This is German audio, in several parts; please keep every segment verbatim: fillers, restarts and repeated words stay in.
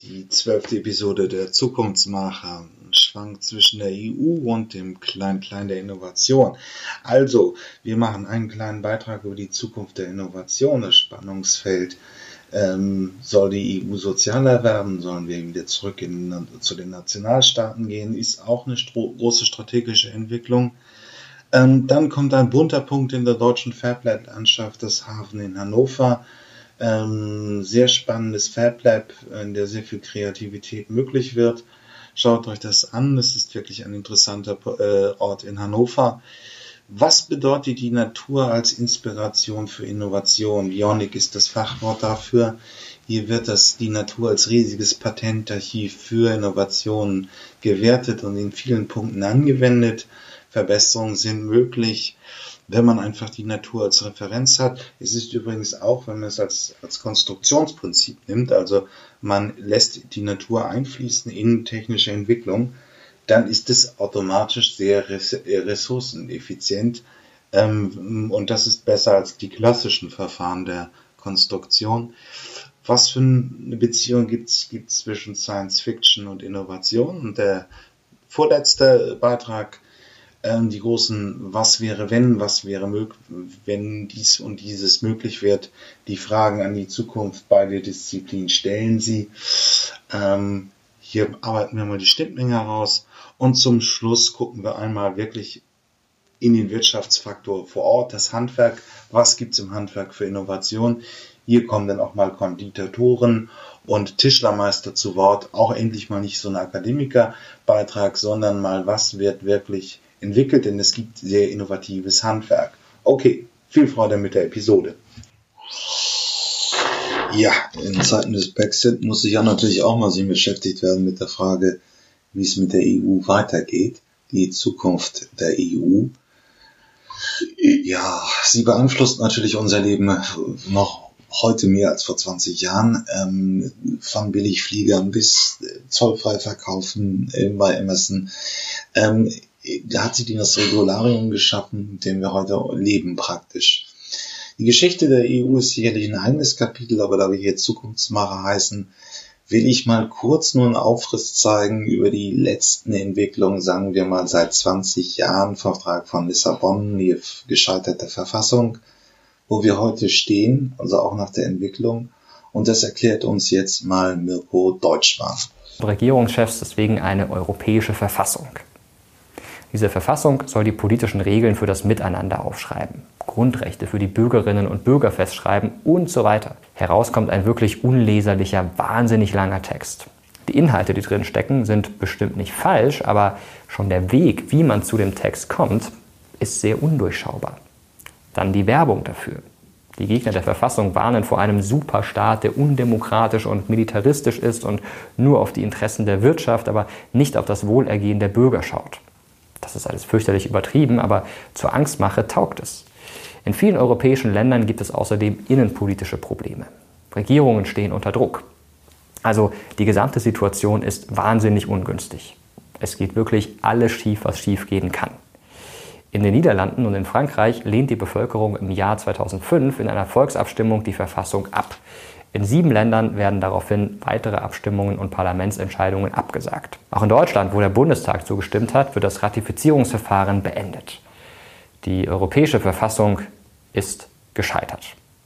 Die zwölfte Episode der Zukunftsmacher schwankt zwischen der E U und dem Klein-Klein der Innovation. Also, wir machen einen kleinen Beitrag über die Zukunft der Innovation, das Spannungsfeld. Ähm, soll die E U sozialer werden? Sollen wir wieder zurück in, zu den Nationalstaaten gehen? Ist auch eine stro- große strategische Entwicklung. Ähm, dann kommt ein bunter Punkt in der deutschen Fairplay-Landschaft, das Hafen in Hannover. Ähm, sehr spannendes Fab Lab, in der sehr viel Kreativität möglich wird. Schaut euch das an, es ist wirklich ein interessanter äh, Ort in Hannover. Was bedeutet die Natur als Inspiration für Innovation? Bionic ist das Fachwort dafür. Hier wird das, die Natur als riesiges Patentarchiv für Innovationen gewertet und in vielen Punkten angewendet. Verbesserungen sind möglich, wenn man einfach die Natur als Referenz hat. Es ist übrigens auch, wenn man es als, als Konstruktionsprinzip nimmt, also man lässt die Natur einfließen in technische Entwicklung, dann ist es automatisch sehr ressourceneffizient, ähm, und das ist besser als die klassischen Verfahren der Konstruktion. Was für eine Beziehung gibt es zwischen Science Fiction und Innovation? Und der vorletzte Beitrag, die großen Was wäre wenn, was wäre möglich, wenn dies und dieses möglich wird, die Fragen an die Zukunft, beide Disziplinen stellen sie. Ähm, hier arbeiten wir mal die Schnittmenge heraus und zum Schluss gucken wir einmal wirklich in den Wirtschaftsfaktor vor Ort, das Handwerk. Was gibt es im Handwerk für Innovation? Hier kommen dann auch mal Konditoren und Tischlermeister zu Wort. Auch endlich mal nicht so ein Akademikerbeitrag, sondern mal, was wird wirklich entwickelt, denn es gibt sehr innovatives Handwerk. Okay, viel Freude mit der Episode. Ja, in Zeiten des Brexit muss sich ja natürlich auch mal beschäftigt werden mit der Frage, wie es mit der E U weitergeht, die Zukunft der E U. Ja, sie beeinflusst natürlich unser Leben noch heute mehr als vor zwanzig Jahren, ähm, von Billigfliegern bis zollfrei verkaufen äh, bei Amazon. Ähm, da hat sie das Regularium geschaffen, mit dem wir heute leben praktisch. Die Geschichte der E U ist sicherlich ein eigenes Kapitel, aber da wir hier Zukunftsmacher heißen, will ich mal kurz nur einen Aufriss zeigen über die letzten Entwicklungen, sagen wir mal seit zwanzig Jahren, Vertrag von Lissabon, die gescheiterte Verfassung, wo wir heute stehen, also auch nach der Entwicklung. Und das erklärt uns jetzt mal Mirko Deutschmann. Regierungschefs deswegen eine europäische Verfassung. Diese Verfassung soll die politischen Regeln für das Miteinander aufschreiben, Grundrechte für die Bürgerinnen und Bürger festschreiben und so weiter. Heraus kommt ein wirklich unleserlicher, wahnsinnig langer Text. Die Inhalte, die drin stecken, sind bestimmt nicht falsch, aber schon der Weg, wie man zu dem Text kommt, ist sehr undurchschaubar. Dann die Werbung dafür. Die Gegner der Verfassung warnen vor einem Superstaat, der undemokratisch und militaristisch ist und nur auf die Interessen der Wirtschaft, aber nicht auf das Wohlergehen der Bürger schaut. Das ist alles fürchterlich übertrieben, aber zur Angstmache taugt es. In vielen europäischen Ländern gibt es außerdem innenpolitische Probleme. Regierungen stehen unter Druck. Also die gesamte Situation ist wahnsinnig ungünstig. Es geht wirklich alles schief, was schief gehen kann. In den Niederlanden und in Frankreich lehnt die Bevölkerung im Jahr zweitausendfünf in einer Volksabstimmung die Verfassung ab. In sieben Ländern werden daraufhin weitere Abstimmungen und Parlamentsentscheidungen abgesagt. Auch in Deutschland, wo der Bundestag zugestimmt hat, wird das Ratifizierungsverfahren beendet. Die europäische Verfassung ist gescheitert.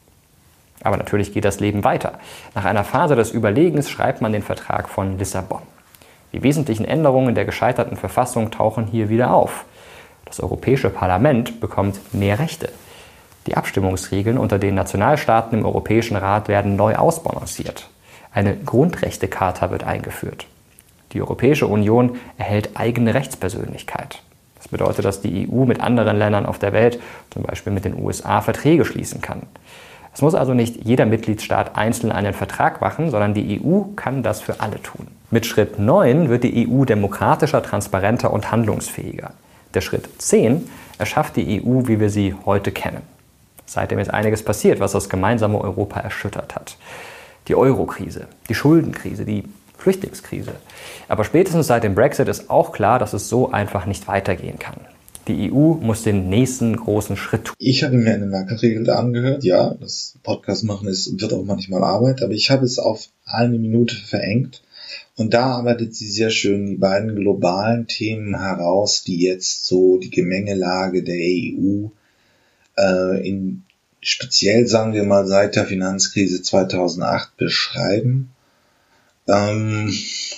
Aber natürlich geht das Leben weiter. Nach einer Phase des Überlegens schreibt man den Vertrag von Lissabon. Die wesentlichen Änderungen der gescheiterten Verfassung tauchen hier wieder auf. Das Europäische Parlament bekommt mehr Rechte. Die Abstimmungsregeln unter den Nationalstaaten im Europäischen Rat werden neu ausbalanciert. Eine Grundrechtecharta wird eingeführt. Die Europäische Union erhält eigene Rechtspersönlichkeit. Das bedeutet, dass die E U mit anderen Ländern auf der Welt, zum Beispiel mit den U S A, Verträge schließen kann. Es muss also nicht jeder Mitgliedstaat einzeln einen Vertrag machen, sondern die E U kann das für alle tun. Mit Schritt neun wird die E U demokratischer, transparenter und handlungsfähiger. Der Schritt zehn erschafft die E U, wie wir sie heute kennen. Seitdem ist einiges passiert, was das gemeinsame Europa erschüttert hat. Die Euro-Krise, die Schuldenkrise, die Flüchtlingskrise. Aber spätestens seit dem Brexit ist auch klar, dass es so einfach nicht weitergehen kann. Die E U muss den nächsten großen Schritt tun. Ich habe mir eine Merkel-Regel angehört. Ja, das Podcast machen ist, wird auch manchmal Arbeit, aber ich habe es auf eine Minute verengt. Und da arbeitet sie sehr schön die beiden globalen Themen heraus, die jetzt so die Gemengelage der E U äh, in speziell, sagen wir mal, seit der Finanzkrise zweitausendacht beschreiben. Ähm,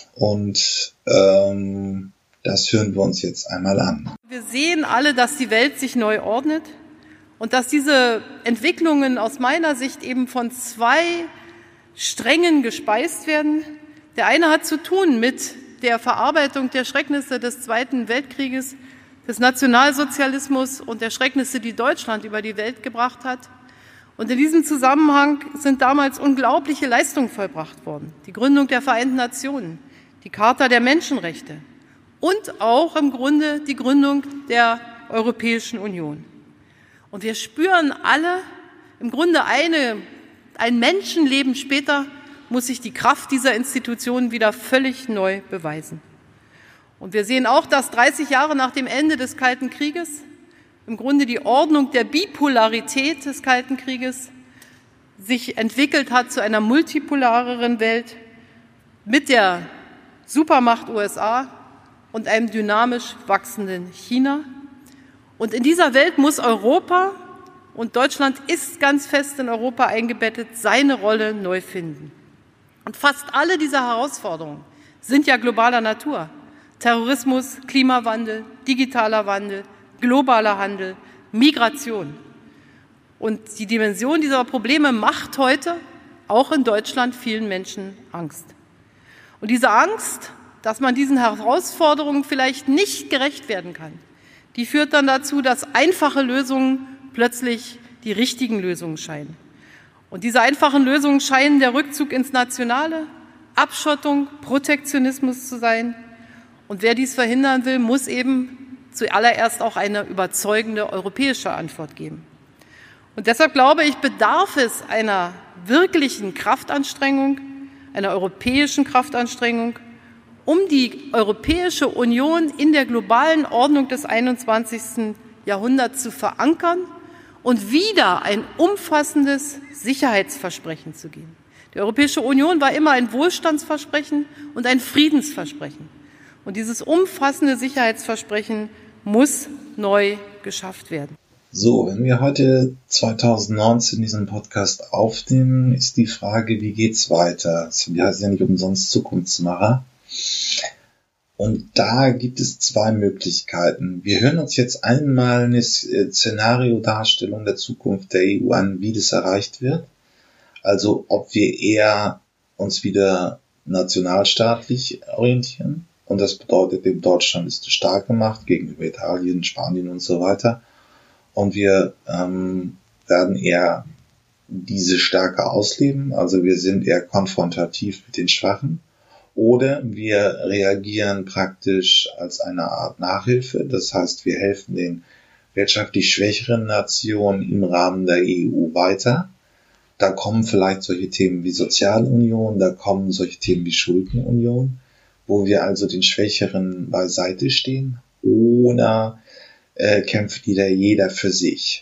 und ähm, das hören wir uns jetzt einmal an. Wir sehen alle, dass die Welt sich neu ordnet und dass diese Entwicklungen aus meiner Sicht eben von zwei Strängen gespeist werden. Der eine hat zu tun mit der Verarbeitung der Schrecknisse des Zweiten Weltkrieges, des Nationalsozialismus und der Schrecknisse, die Deutschland über die Welt gebracht hat. Und in diesem Zusammenhang sind damals unglaubliche Leistungen vollbracht worden. Die Gründung der Vereinten Nationen, die Charta der Menschenrechte und auch im Grunde die Gründung der Europäischen Union. Und wir spüren alle, im Grunde eine, ein Menschenleben später muss sich die Kraft dieser Institutionen wieder völlig neu beweisen. Und wir sehen auch, dass dreißig Jahre nach dem Ende des Kalten Krieges im Grunde die Ordnung der Bipolarität des Kalten Krieges sich entwickelt hat zu einer multipolareren Welt mit der Supermacht U S A und einem dynamisch wachsenden China. Und in dieser Welt muss Europa, und Deutschland ist ganz fest in Europa eingebettet, seine Rolle neu finden. Und fast alle dieser Herausforderungen sind ja globaler Natur. Terrorismus, Klimawandel, digitaler Wandel, globaler Handel, Migration. Und die Dimension dieser Probleme macht heute auch in Deutschland vielen Menschen Angst. Und diese Angst, dass man diesen Herausforderungen vielleicht nicht gerecht werden kann, die führt dann dazu, dass einfache Lösungen plötzlich die richtigen Lösungen scheinen. Und diese einfachen Lösungen scheinen der Rückzug ins Nationale, Abschottung, Protektionismus zu sein. Und wer dies verhindern will, muss eben zuallererst auch eine überzeugende europäische Antwort geben. Und deshalb glaube ich, bedarf es einer wirklichen Kraftanstrengung, einer europäischen Kraftanstrengung, um die Europäische Union in der globalen Ordnung des einundzwanzigsten Jahrhunderts zu verankern und wieder ein umfassendes Sicherheitsversprechen zu geben. Die Europäische Union war immer ein Wohlstandsversprechen und ein Friedensversprechen. Und dieses umfassende Sicherheitsversprechen muss neu geschafft werden. So, wenn wir heute zweitausendneunzehn diesen Podcast aufnehmen, ist die Frage, wie geht's weiter? Wir heißen ja nicht umsonst Zukunftsmacher. Und da gibt es zwei Möglichkeiten. Wir hören uns jetzt einmal eine Szenariodarstellung der Zukunft der E U an, wie das erreicht wird. Also ob wir eher uns wieder nationalstaatlich orientieren. Und das bedeutet, eben Deutschland ist stark gemacht gegenüber Italien, Spanien und so weiter. Und wir ähm, werden eher diese Stärke ausleben. Also wir sind eher konfrontativ mit den Schwachen. Oder wir reagieren praktisch als eine Art Nachhilfe. Das heißt, wir helfen den wirtschaftlich schwächeren Nationen im Rahmen der E U weiter. Da kommen vielleicht solche Themen wie Sozialunion, da kommen solche Themen wie Schuldenunion, wo wir also den Schwächeren beiseite stehen. Oder äh, kämpft wieder jeder für sich.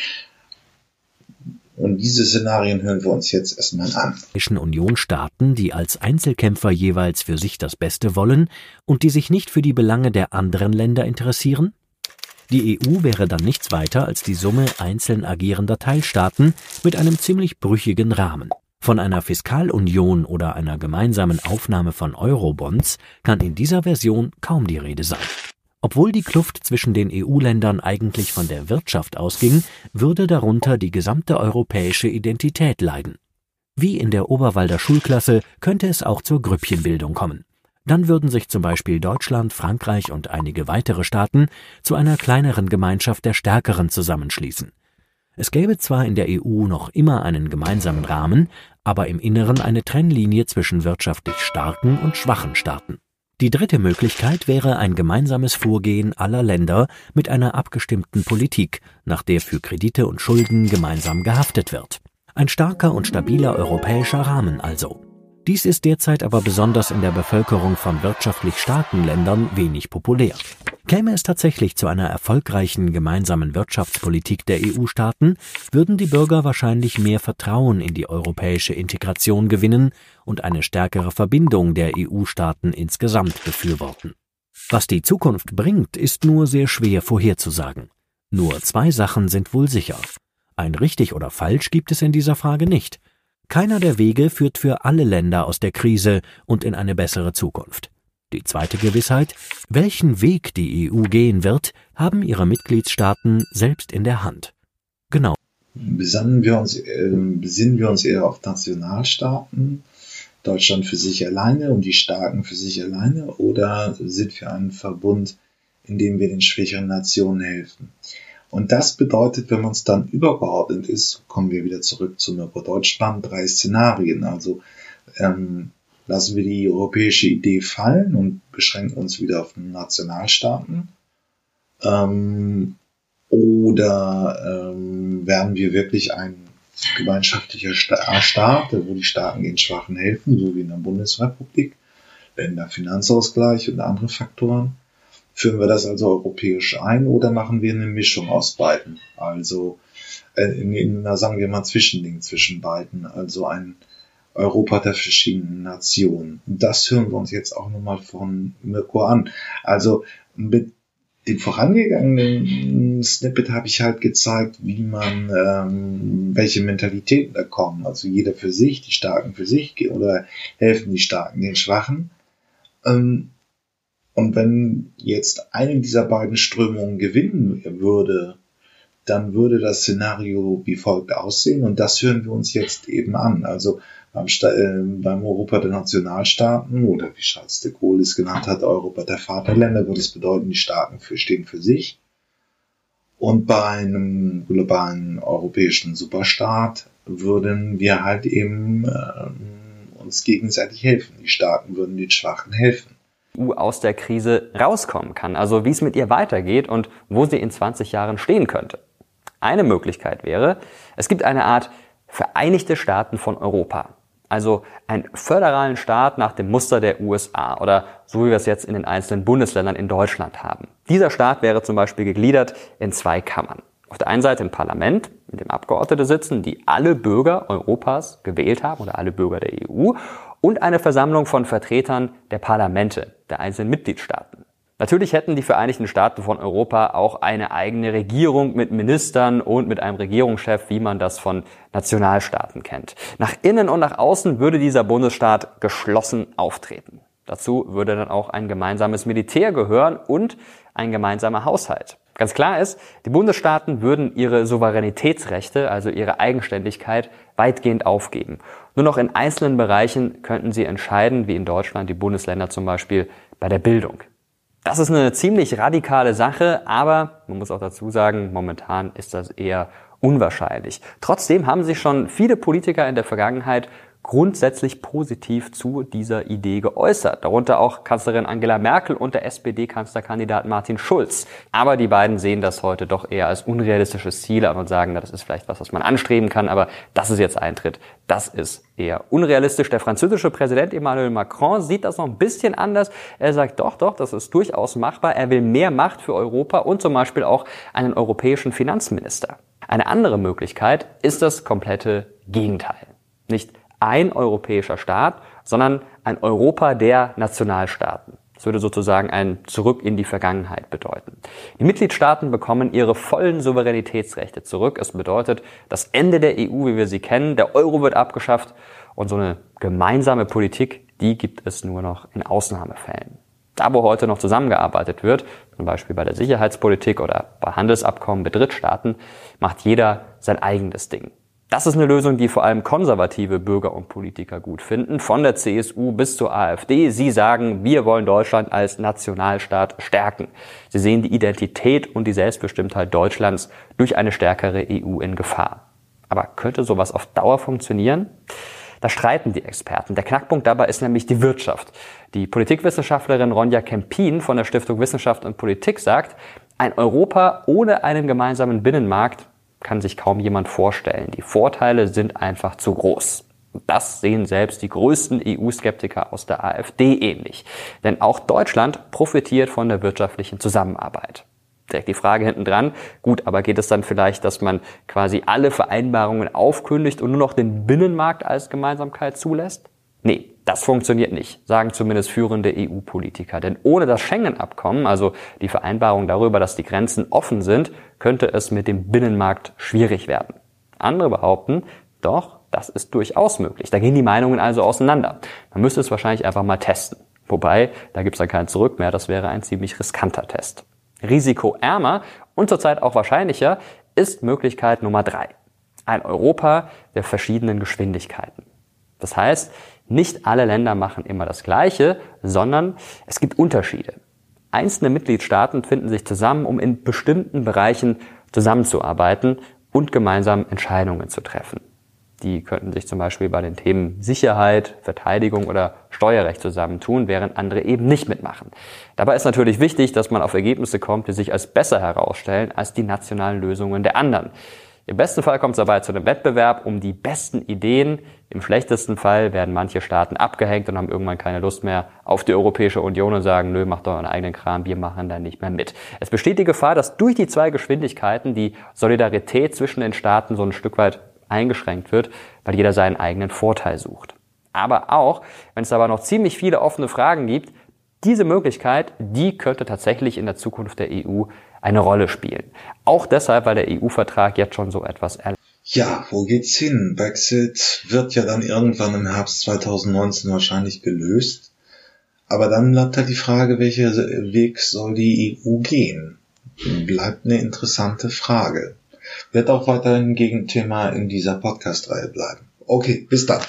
Und diese Szenarien hören wir uns jetzt erstmal an. Union-Staaten, die als Einzelkämpfer jeweils für sich das Beste wollen und die sich nicht für die Belange der anderen Länder interessieren? Die E U wäre dann nichts weiter als die Summe einzeln agierender Teilstaaten mit einem ziemlich brüchigen Rahmen. Von einer Fiskalunion oder einer gemeinsamen Aufnahme von Eurobonds kann in dieser Version kaum die Rede sein. Obwohl die Kluft zwischen den E U-Ländern eigentlich von der Wirtschaft ausging, würde darunter die gesamte europäische Identität leiden. Wie in der Oberwalder Schulklasse könnte es auch zur Grüppchenbildung kommen. Dann würden sich zum Beispiel Deutschland, Frankreich und einige weitere Staaten zu einer kleineren Gemeinschaft der Stärkeren zusammenschließen. Es gäbe zwar in der E U noch immer einen gemeinsamen Rahmen, aber im Inneren eine Trennlinie zwischen wirtschaftlich starken und schwachen Staaten. Die dritte Möglichkeit wäre ein gemeinsames Vorgehen aller Länder mit einer abgestimmten Politik, nach der für Kredite und Schulden gemeinsam gehaftet wird. Ein starker und stabiler europäischer Rahmen also. Dies ist derzeit aber besonders in der Bevölkerung von wirtschaftlich starken Ländern wenig populär. Käme es tatsächlich zu einer erfolgreichen gemeinsamen Wirtschaftspolitik der E U-Staaten, würden die Bürger wahrscheinlich mehr Vertrauen in die europäische Integration gewinnen und eine stärkere Verbindung der E U-Staaten insgesamt befürworten. Was die Zukunft bringt, ist nur sehr schwer vorherzusagen. Nur zwei Sachen sind wohl sicher. Ein richtig oder falsch gibt es in dieser Frage nicht. Keiner der Wege führt für alle Länder aus der Krise und in eine bessere Zukunft. Die zweite Gewissheit: Welchen Weg die E U gehen wird, haben ihre Mitgliedstaaten selbst in der Hand. Genau. Besinnen wir uns, äh, besinnen wir uns eher auf Nationalstaaten, Deutschland für sich alleine und die Starken für sich alleine, oder sind wir ein Verbund, in dem wir den schwächeren Nationen helfen? Und das bedeutet, wenn man es dann übergeordnet ist, kommen wir wieder zurück zu Deutschland, drei Szenarien. Also ähm, lassen wir die europäische Idee fallen und beschränken uns wieder auf den Nationalstaaten? Ähm, oder ähm, werden wir wirklich ein gemeinschaftlicher Staat, wo die Starken den Schwachen helfen, so wie in der Bundesrepublik, Länderfinanzausgleich und andere Faktoren? Führen wir das also europäisch ein oder machen wir eine Mischung aus beiden? Also äh, in, in, sagen wir mal, Zwischending zwischen beiden, also ein Europa der verschiedenen Nationen. Und das hören wir uns jetzt auch nochmal von Mirko an. Also mit dem vorangegangenen Snippet habe ich halt gezeigt, wie man, ähm, welche Mentalitäten da kommen. Also jeder für sich, die Starken für sich, oder helfen die Starken den Schwachen. Ähm, und wenn jetzt eine dieser beiden Strömungen gewinnen würde, dann würde das Szenario wie folgt aussehen. Und das hören wir uns jetzt eben an. Also beim, äh, beim Europa der Nationalstaaten, oder wie Charles de Gaulle es genannt hat, Europa der Vaterländer, würde es bedeuten, die Staaten für, stehen für sich. Und bei einem globalen europäischen Superstaat würden wir halt eben äh, uns gegenseitig helfen. Die Staaten würden den Schwachen helfen. E U aus der Krise rauskommen kann, also wie es mit ihr weitergeht und wo sie in zwanzig Jahren stehen könnte. Eine Möglichkeit wäre, es gibt eine Art Vereinigte Staaten von Europa, also einen föderalen Staat nach dem Muster der U S A oder so wie wir es jetzt in den einzelnen Bundesländern in Deutschland haben. Dieser Staat wäre zum Beispiel gegliedert in zwei Kammern. Auf der einen Seite ein Parlament, in dem Abgeordnete sitzen, die alle Bürger Europas gewählt haben oder alle Bürger der E U, und eine Versammlung von Vertretern der Parlamente der einzelnen Mitgliedstaaten. Natürlich hätten die Vereinigten Staaten von Europa auch eine eigene Regierung mit Ministern und mit einem Regierungschef, wie man das von Nationalstaaten kennt. Nach innen und nach außen würde dieser Bundesstaat geschlossen auftreten. Dazu würde dann auch ein gemeinsames Militär gehören und ein gemeinsamer Haushalt. Ganz klar ist, die Bundesstaaten würden ihre Souveränitätsrechte, also ihre Eigenständigkeit, weitgehend aufgeben. Nur noch in einzelnen Bereichen könnten sie entscheiden, wie in Deutschland die Bundesländer zum Beispiel bei der Bildung. Das ist eine ziemlich radikale Sache, aber man muss auch dazu sagen, momentan ist das eher unwahrscheinlich. Trotzdem haben sich schon viele Politiker in der Vergangenheit grundsätzlich positiv zu dieser Idee geäußert. Darunter auch Kanzlerin Angela Merkel und der S P D-Kanzlerkandidat Martin Schulz. Aber die beiden sehen das heute doch eher als unrealistisches Ziel an und sagen, das ist vielleicht was, was man anstreben kann, aber dass es jetzt eintritt, das ist eher unrealistisch. Der französische Präsident Emmanuel Macron sieht das noch ein bisschen anders. Er sagt, doch, doch, das ist durchaus machbar. Er will mehr Macht für Europa und zum Beispiel auch einen europäischen Finanzminister. Eine andere Möglichkeit ist das komplette Gegenteil. Nicht ein europäischer Staat, sondern ein Europa der Nationalstaaten. Das würde sozusagen ein Zurück in die Vergangenheit bedeuten. Die Mitgliedstaaten bekommen ihre vollen Souveränitätsrechte zurück. Es bedeutet das Ende der E U, wie wir sie kennen. Der Euro wird abgeschafft und so eine gemeinsame Politik, die gibt es nur noch in Ausnahmefällen. Da, wo heute noch zusammengearbeitet wird, zum Beispiel bei der Sicherheitspolitik oder bei Handelsabkommen mit Drittstaaten, macht jeder sein eigenes Ding. Das ist eine Lösung, die vor allem konservative Bürger und Politiker gut finden, von der C S U bis zur AfD. Sie sagen, wir wollen Deutschland als Nationalstaat stärken. Sie sehen die Identität und die Selbstbestimmtheit Deutschlands durch eine stärkere E U in Gefahr. Aber könnte sowas auf Dauer funktionieren? Da streiten die Experten. Der Knackpunkt dabei ist nämlich die Wirtschaft. Die Politikwissenschaftlerin Ronja Kempin von der Stiftung Wissenschaft und Politik sagt, ein Europa ohne einen gemeinsamen Binnenmarkt kann sich kaum jemand vorstellen. Die Vorteile sind einfach zu groß. Das sehen selbst die größten E U-Skeptiker aus der AfD ähnlich. Denn auch Deutschland profitiert von der wirtschaftlichen Zusammenarbeit. Direkt die Frage hinten dran, gut, aber geht es dann vielleicht, dass man quasi alle Vereinbarungen aufkündigt und nur noch den Binnenmarkt als Gemeinsamkeit zulässt? Nee, das funktioniert nicht, sagen zumindest führende E U-Politiker. Denn ohne das Schengen-Abkommen, also die Vereinbarung darüber, dass die Grenzen offen sind, könnte es mit dem Binnenmarkt schwierig werden. Andere behaupten, doch, das ist durchaus möglich. Da gehen die Meinungen also auseinander. Man müsste es wahrscheinlich einfach mal testen. Wobei, da gibt es dann kein Zurück mehr, das wäre ein ziemlich riskanter Test. Risikoärmer und zurzeit auch wahrscheinlicher ist Möglichkeit Nummer drei. Ein Europa der verschiedenen Geschwindigkeiten. Das heißt, nicht alle Länder machen immer das Gleiche, sondern es gibt Unterschiede. Einzelne Mitgliedstaaten finden sich zusammen, um in bestimmten Bereichen zusammenzuarbeiten und gemeinsam Entscheidungen zu treffen. Die könnten sich zum Beispiel bei den Themen Sicherheit, Verteidigung oder Steuerrecht zusammentun, während andere eben nicht mitmachen. Dabei ist natürlich wichtig, dass man auf Ergebnisse kommt, die sich als besser herausstellen als die nationalen Lösungen der anderen. Im besten Fall kommt es dabei zu einem Wettbewerb um die besten Ideen. Im schlechtesten Fall werden manche Staaten abgehängt und haben irgendwann keine Lust mehr auf die Europäische Union und sagen, nö, macht doch euren eigenen Kram, wir machen da nicht mehr mit. Es besteht die Gefahr, dass durch die zwei Geschwindigkeiten die Solidarität zwischen den Staaten so ein Stück weit eingeschränkt wird, weil jeder seinen eigenen Vorteil sucht. Aber auch, wenn es aber noch ziemlich viele offene Fragen gibt, diese Möglichkeit, die könnte tatsächlich in der Zukunft der E U eine Rolle spielen. Auch deshalb, weil der E U-Vertrag jetzt schon so etwas erlaubt. Ja, wo geht's hin? Brexit wird ja dann irgendwann im Herbst zwanzig neunzehn wahrscheinlich gelöst. Aber dann bleibt halt die Frage, welcher Weg soll die E U gehen? Bleibt eine interessante Frage. Wird auch weiterhin Gegenthema in dieser Podcast-Reihe bleiben. Okay, bis dann.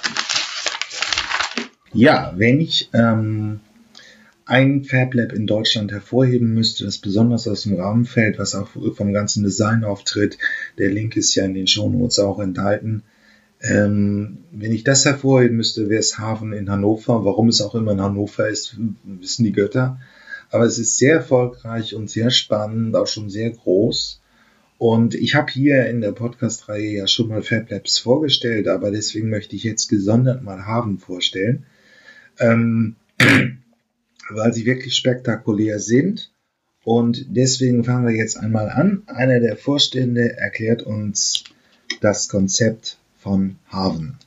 Ja, wenn ich ähm, ein FabLab in Deutschland hervorheben müsste, das besonders aus dem Rahmen fällt, was auch vom ganzen Design auftritt, der Link ist ja in den Shownotes auch enthalten. Ähm, wenn ich das hervorheben müsste, wäre es Hafen in Hannover. Warum es auch immer in Hannover ist, wissen die Götter. Aber es ist sehr erfolgreich und sehr spannend, auch schon sehr groß. Und ich habe hier in der Podcast-Reihe ja schon mal FabLabs vorgestellt, aber deswegen möchte ich jetzt gesondert mal Hafen vorstellen, ähm, weil sie wirklich spektakulär sind. Und deswegen fangen wir jetzt einmal an. Einer der Vorstände erklärt uns das Konzept von Hafen.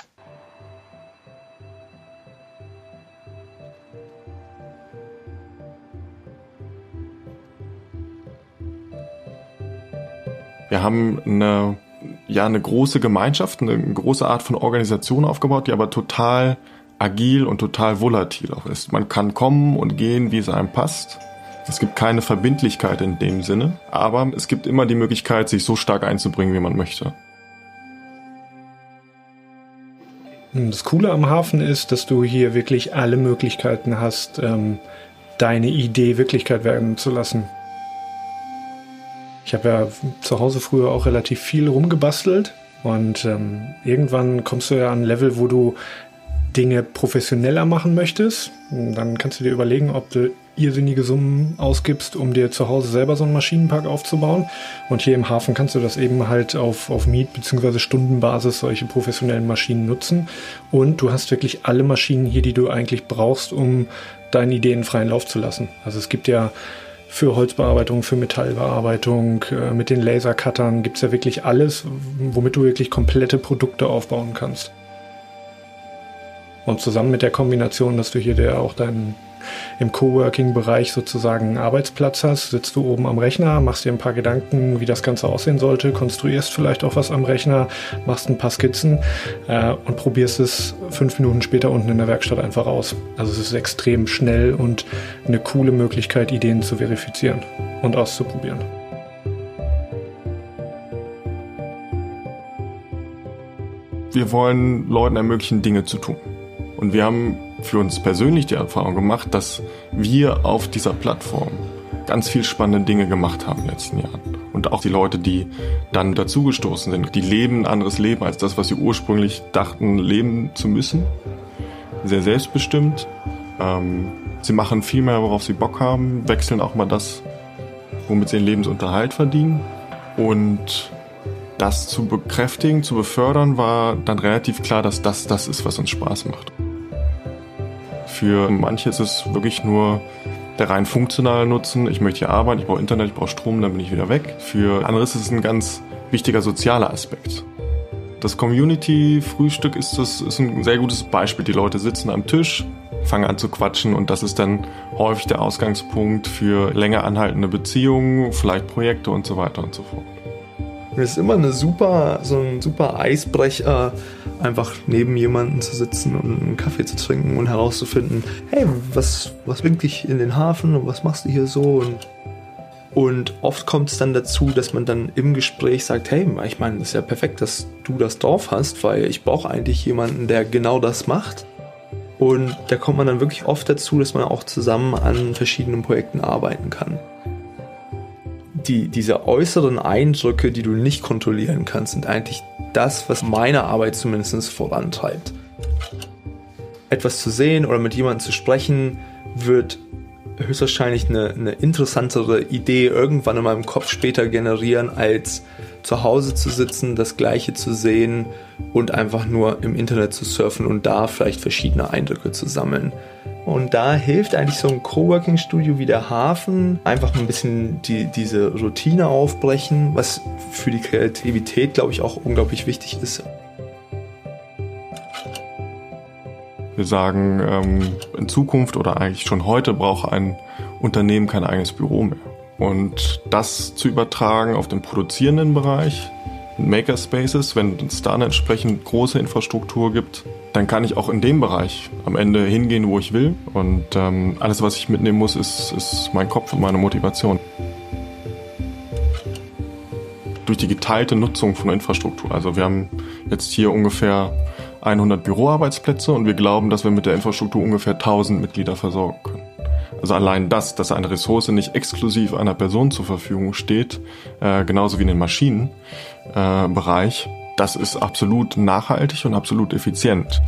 Wir haben eine, ja, eine große Gemeinschaft, eine große Art von Organisation aufgebaut, die aber total agil und total volatil auch ist. Man kann kommen und gehen, wie es einem passt. Es gibt keine Verbindlichkeit in dem Sinne, aber es gibt immer die Möglichkeit, sich so stark einzubringen, wie man möchte. Das Coole am Hafen ist, dass du hier wirklich alle Möglichkeiten hast, deine Idee Wirklichkeit werden zu lassen. Ich habe ja zu Hause früher auch relativ viel rumgebastelt und ähm, irgendwann kommst du ja an ein Level, wo du Dinge professioneller machen möchtest. Und dann kannst du dir überlegen, ob du irrsinnige Summen ausgibst, um dir zu Hause selber so einen Maschinenpark aufzubauen. Und hier im Hafen kannst du das eben halt auf, auf Miet- bzw. Stundenbasis solche professionellen Maschinen nutzen. Und du hast wirklich alle Maschinen hier, die du eigentlich brauchst, um deinen Ideen freien Lauf zu lassen. Also es gibt ja für Holzbearbeitung, für Metallbearbeitung, äh, mit den Lasercuttern gibt's ja wirklich alles, womit du wirklich komplette Produkte aufbauen kannst. Und zusammen mit der Kombination, dass du hier der auch deinen im Coworking-Bereich sozusagen einen Arbeitsplatz hast, sitzt du oben am Rechner, machst dir ein paar Gedanken, wie das Ganze aussehen sollte, konstruierst vielleicht auch was am Rechner, machst ein paar Skizzen äh, und probierst es fünf Minuten später unten in der Werkstatt einfach aus. Also es ist extrem schnell und eine coole Möglichkeit, Ideen zu verifizieren und auszuprobieren. Wir wollen Leuten ermöglichen, Dinge zu tun. Und wir haben für uns persönlich die Erfahrung gemacht, dass wir auf dieser Plattform ganz viel spannende Dinge gemacht haben in den letzten Jahren. Und auch die Leute, die dann dazugestoßen sind, die leben ein anderes Leben als das, was sie ursprünglich dachten, leben zu müssen. Sehr selbstbestimmt. Ähm, sie machen viel mehr, worauf sie Bock haben, wechseln auch mal das, womit sie ihren Lebensunterhalt verdienen. Und das zu bekräftigen, zu befördern, war dann relativ klar, dass das das ist, was uns Spaß macht. Für manche ist es wirklich nur der rein funktionale Nutzen. Ich möchte hier arbeiten, ich brauche Internet, ich brauche Strom, dann bin ich wieder weg. Für andere ist es ein ganz wichtiger sozialer Aspekt. Das Community-Frühstück ist, das, ist ein sehr gutes Beispiel. Die Leute sitzen am Tisch, fangen an zu quatschen und das ist dann häufig der Ausgangspunkt für länger anhaltende Beziehungen, vielleicht Projekte und so weiter und so fort. Es ist immer eine super, so ein super Eisbrecher, einfach neben jemanden zu sitzen und einen Kaffee zu trinken und herauszufinden, hey, was, was bringt dich in den Hafen und was machst du hier so? Und, und oft kommt es dann dazu, dass man dann im Gespräch sagt, hey, ich meine, es ist ja perfekt, dass du das Dorf hast, weil ich brauche eigentlich jemanden, der genau das macht. Und da kommt man dann wirklich oft dazu, dass man auch zusammen an verschiedenen Projekten arbeiten kann. Die, diese äußeren Eindrücke, die du nicht kontrollieren kannst, sind eigentlich das, was meine Arbeit zumindest vorantreibt. Etwas zu sehen oder mit jemandem zu sprechen, wird höchstwahrscheinlich eine, eine interessantere Idee irgendwann in meinem Kopf später generieren, als zu Hause zu sitzen, das Gleiche zu sehen und einfach nur im Internet zu surfen und da vielleicht verschiedene Eindrücke zu sammeln. Und da hilft eigentlich so ein Coworking-Studio wie der Hafen, einfach ein bisschen die, diese Routine aufbrechen, was für die Kreativität, glaube ich, auch unglaublich wichtig ist. Wir sagen, ähm, in Zukunft oder eigentlich schon heute braucht ein Unternehmen kein eigenes Büro mehr. Und das zu übertragen auf den produzierenden Bereich, Makerspaces, wenn es da eine entsprechend große Infrastruktur gibt, dann kann ich auch in dem Bereich am Ende hingehen, wo ich will. Und ähm, alles, was ich mitnehmen muss, ist, ist mein Kopf und meine Motivation. Durch die geteilte Nutzung von Infrastruktur. Also wir haben jetzt hier ungefähr hundert Büroarbeitsplätze und wir glauben, dass wir mit der Infrastruktur ungefähr tausend Mitglieder versorgen können. Also allein das, dass eine Ressource nicht exklusiv einer Person zur Verfügung steht, äh, genauso wie in den Maschinenbereich, äh, das ist absolut nachhaltig und absolut effizient.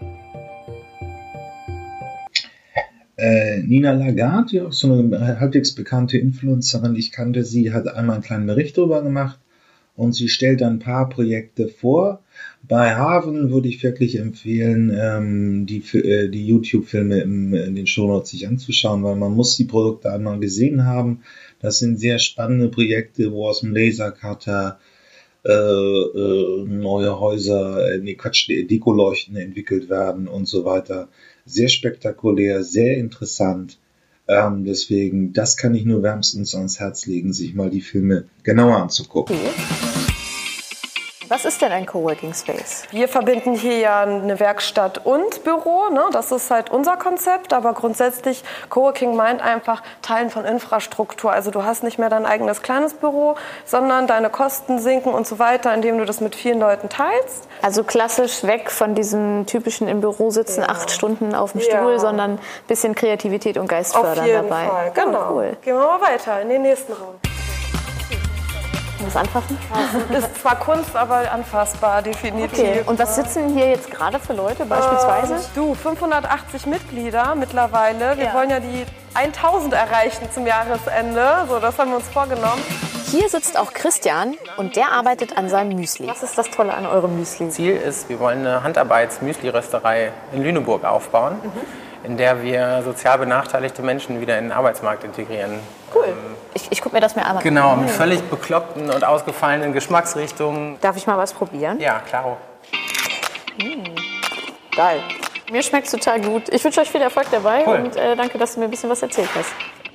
Äh, Nina Lagarde, ja auch so eine halbwegs bekannte Influencerin, ich kannte sie, hat einmal einen kleinen Bericht darüber gemacht und sie stellt ein paar Projekte vor. Bei Hafen würde ich wirklich empfehlen, ähm, die, äh, die YouTube-Filme im, in den Shownotes sich anzuschauen, weil man muss die Produkte einmal gesehen haben. Das sind sehr spannende Projekte, wo aus dem Lasercutter äh, äh, neue Häuser, äh, nee Quatsch, Dekoleuchten entwickelt werden und so weiter. Sehr spektakulär, sehr interessant. Ähm, deswegen, das kann ich nur wärmstens ans Herz legen, sich mal die Filme genauer anzugucken. Okay. Was ist denn ein Coworking Space? Wir verbinden hier ja eine Werkstatt und Büro, ne? Das ist halt unser Konzept, aber grundsätzlich Coworking meint einfach Teilen von Infrastruktur. Also du hast nicht mehr dein eigenes kleines Büro, sondern deine Kosten sinken und so weiter, indem du das mit vielen Leuten teilst. Also klassisch weg von diesem typischen im Büro sitzen, ja. acht Stunden auf dem Stuhl, ja. sondern ein bisschen Kreativität und Geist fördern dabei. Auf jeden Fall, genau. Oh, cool. Gehen wir mal weiter in den nächsten Raum. Was anfassen? Also, ist zwar Kunst, aber anfassbar, definitiv. Okay. Und was sitzen hier jetzt gerade für Leute beispielsweise? Ähm, du, fünfhundertachtzig Mitglieder mittlerweile. Wir ja. wollen ja die tausend erreichen zum Jahresende. So, das haben wir uns vorgenommen. Hier sitzt auch Christian und der arbeitet an seinem Müsli. Was ist das Tolle an eurem Müsli? Ziel ist, wir wollen eine Handarbeits-Müsli-Rösterei in Lüneburg aufbauen, mhm. in der wir sozial benachteiligte Menschen wieder in den Arbeitsmarkt integrieren. Cool. Ich, ich gucke mir das mir einmal an. Genau, mit völlig bekloppten und ausgefallenen Geschmacksrichtungen. Darf ich mal was probieren? Ja, klaro. Mmh. Geil. Mir schmeckt es total gut. Ich wünsche euch viel Erfolg dabei cool. und äh, danke, dass du mir ein bisschen was erzählt hast.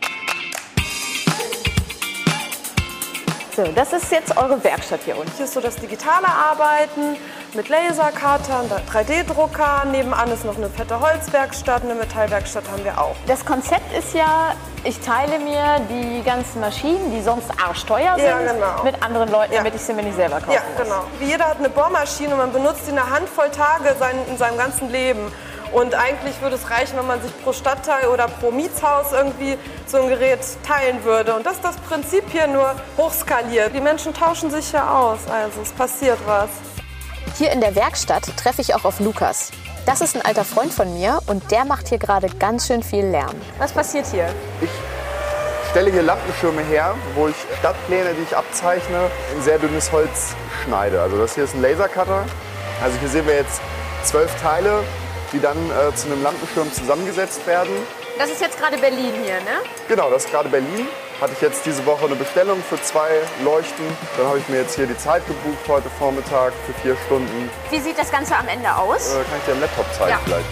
So, das ist jetzt eure Werkstatt hier unten. Hier ist so das digitale Arbeiten mit Lasercuttern, drei D Drucker. Nebenan ist noch eine fette Holzwerkstatt, eine Metallwerkstatt haben wir auch. Das Konzept ist ja, ich teile mir die ganzen Maschinen, die sonst arschteuer sind, ja, genau. mit anderen Leuten, ja. damit ich sie mir nicht selber kaufen Ja, genau. muss. Wie jeder hat eine Bohrmaschine und man benutzt sie eine Handvoll Tage sein, in seinem ganzen Leben. Und eigentlich würde es reichen, wenn man sich pro Stadtteil oder pro Mietshaus irgendwie so ein Gerät teilen würde. Und das ist das Prinzip hier, nur hochskaliert. Die Menschen tauschen sich ja aus, also es passiert was. Hier in der Werkstatt treffe ich auch auf Lukas. Das ist ein alter Freund von mir und der macht hier gerade ganz schön viel Lärm. Was passiert hier? Ich stelle hier Lampenschirme her, wo ich Stadtpläne, die ich abzeichne, in sehr dünnes Holz schneide. Also das hier ist ein Lasercutter. Also hier sehen wir jetzt zwölf Teile, die dann äh, zu einem Lampenschirm zusammengesetzt werden. Das ist jetzt gerade Berlin hier, ne? Genau, das ist gerade Berlin. Hatte ich jetzt diese Woche eine Bestellung für zwei Leuchten. Dann habe ich mir jetzt hier die Zeit gebucht heute Vormittag für vier Stunden. Wie sieht das Ganze am Ende aus? Äh, kann ich dir am Laptop zeigen ja. vielleicht.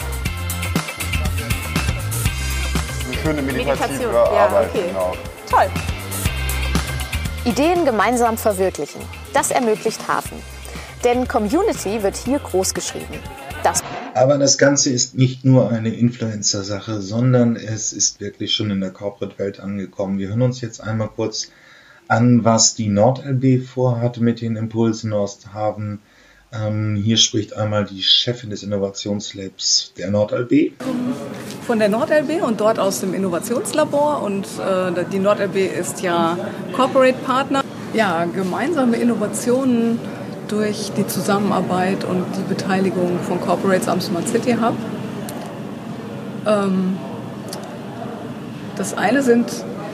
Eine schöne meditative Meditation. Arbeit. Ja, okay. Genau. Toll. Ideen gemeinsam verwirklichen. Das ermöglicht Hafen. Denn Community wird hier groß geschrieben. Das Aber das Ganze ist nicht nur eine Influencer-Sache, sondern es ist wirklich schon in der Corporate-Welt angekommen. Wir hören uns jetzt einmal kurz an, was die NordLB vorhat mit den Impulsen Osthafen. Ähm, hier spricht einmal die Chefin des Innovationslabs der NordLB. Von der NordLB und dort aus dem Innovationslabor. Und äh, die NordLB ist ja Corporate-Partner. Ja, gemeinsame Innovationen durch die Zusammenarbeit und die Beteiligung von Corporates am Smart City Hub. Ähm, das eine sind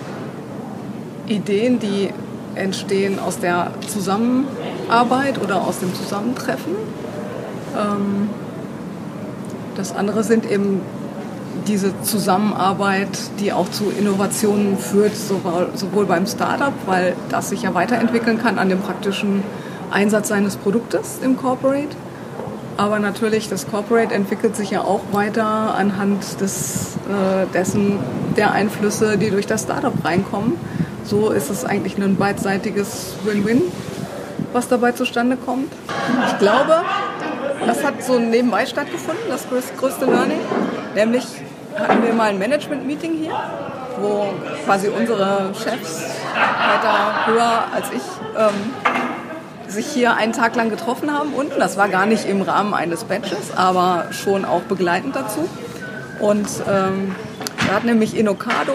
Ideen, die entstehen aus der Zusammenarbeit oder aus dem Zusammentreffen. Ähm, das andere sind eben diese Zusammenarbeit, die auch zu Innovationen führt, sowohl, sowohl beim Startup, weil das sich ja weiterentwickeln kann an dem praktischen Einsatz seines Produktes im Corporate. Aber natürlich, das Corporate entwickelt sich ja auch weiter anhand des, äh, dessen der Einflüsse, die durch das Startup reinkommen. So ist es eigentlich ein beidseitiges Win-Win, was dabei zustande kommt. Ich glaube, das hat so nebenbei stattgefunden, das größte Learning. Nämlich hatten wir mal ein Management-Meeting hier, wo quasi unsere Chefs weiter höher als ich ähm, sich hier einen Tag lang getroffen haben unten. Das war gar nicht im Rahmen eines Badges, aber schon auch begleitend dazu. Und ähm, da hat nämlich Innocado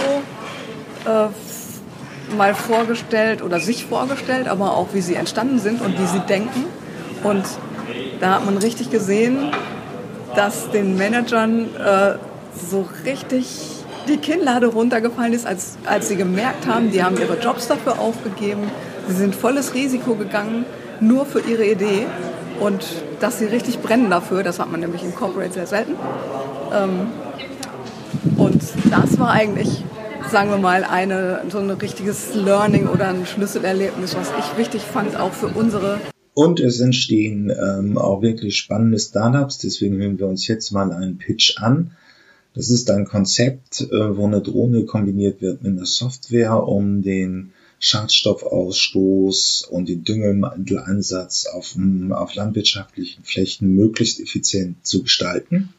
äh, mal vorgestellt oder sich vorgestellt, aber auch wie sie entstanden sind und wie sie denken. Und da hat man richtig gesehen, dass den Managern äh, so richtig die Kinnlade runtergefallen ist, als, als sie gemerkt haben, die haben ihre Jobs dafür aufgegeben, sie sind volles Risiko gegangen, nur für ihre Idee, und dass sie richtig brennen dafür, das hat man nämlich im Corporate sehr selten. Ähm, und das war eigentlich, sagen wir mal, eine, so ein richtiges Learning oder ein Schlüsselerlebnis, was ich wichtig fand, auch für unsere. Und es entstehen ähm, auch wirklich spannende Startups, deswegen hören wir uns jetzt mal einen Pitch an. Das ist ein Konzept, äh, wo eine Drohne kombiniert wird mit einer Software, um den Schadstoffausstoß und den Düngemitteleinsatz auf, auf landwirtschaftlichen Flächen möglichst effizient zu gestalten.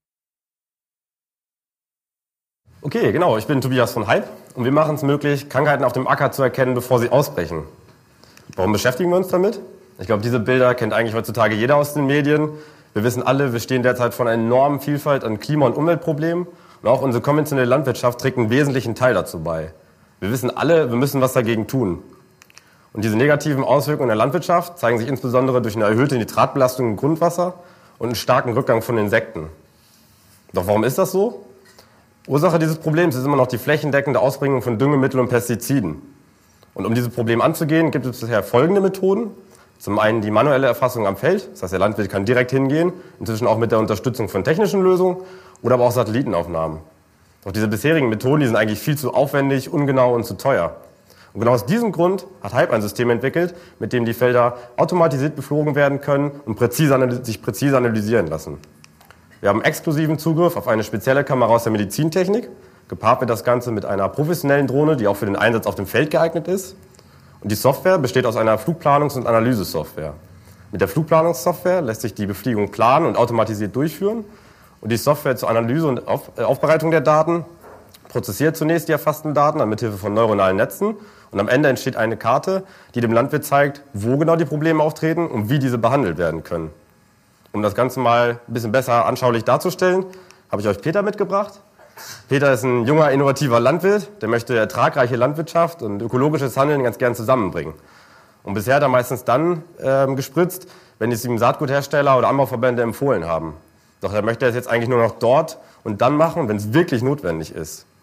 Okay, genau. Ich bin Tobias von Hype und wir machen es möglich, Krankheiten auf dem Acker zu erkennen, bevor sie ausbrechen. Warum beschäftigen wir uns damit? Ich glaube, diese Bilder kennt eigentlich heutzutage jeder aus den Medien. Wir wissen alle, wir stehen derzeit vor einer enormen Vielfalt an Klima- und Umweltproblemen. Und auch unsere konventionelle Landwirtschaft trägt einen wesentlichen Teil dazu bei. Wir wissen alle, wir müssen was dagegen tun. Und diese negativen Auswirkungen der Landwirtschaft zeigen sich insbesondere durch eine erhöhte Nitratbelastung im Grundwasser und einen starken Rückgang von Insekten. Doch warum ist das so? Ursache dieses Problems ist immer noch die flächendeckende Ausbringung von Düngemitteln und Pestiziden. Und um dieses Problem anzugehen, gibt es bisher folgende Methoden. Zum einen die manuelle Erfassung am Feld, das heißt, der Landwirt kann direkt hingehen, inzwischen auch mit der Unterstützung von technischen Lösungen oder aber auch Satellitenaufnahmen. Doch diese bisherigen Methoden, die sind eigentlich viel zu aufwendig, ungenau und zu teuer. Und genau aus diesem Grund hat Hype ein System entwickelt, mit dem die Felder automatisiert beflogen werden können und präzise, sich präzise analysieren lassen. Wir haben exklusiven Zugriff auf eine spezielle Kamera aus der Medizintechnik. Gepaart wird das Ganze mit einer professionellen Drohne, die auch für den Einsatz auf dem Feld geeignet ist. Und die Software besteht aus einer Flugplanungs- und Analysesoftware. Mit der Flugplanungssoftware lässt sich die Befliegung planen und automatisiert durchführen. Und die Software zur Analyse und Auf- äh, Aufbereitung der Daten prozessiert zunächst die erfassten Daten mit Hilfe von neuronalen Netzen. Und am Ende entsteht eine Karte, die dem Landwirt zeigt, wo genau die Probleme auftreten und wie diese behandelt werden können. Um das Ganze mal ein bisschen besser anschaulich darzustellen, habe ich euch Peter mitgebracht. Peter ist ein junger, innovativer Landwirt, der möchte ertragreiche Landwirtschaft und ökologisches Handeln ganz gern zusammenbringen. Und bisher hat er meistens dann ähm, gespritzt, wenn es ihm Saatguthersteller oder Anbauverbände empfohlen haben. Doch er möchte es jetzt eigentlich nur noch dort und dann machen, wenn es wirklich notwendig ist.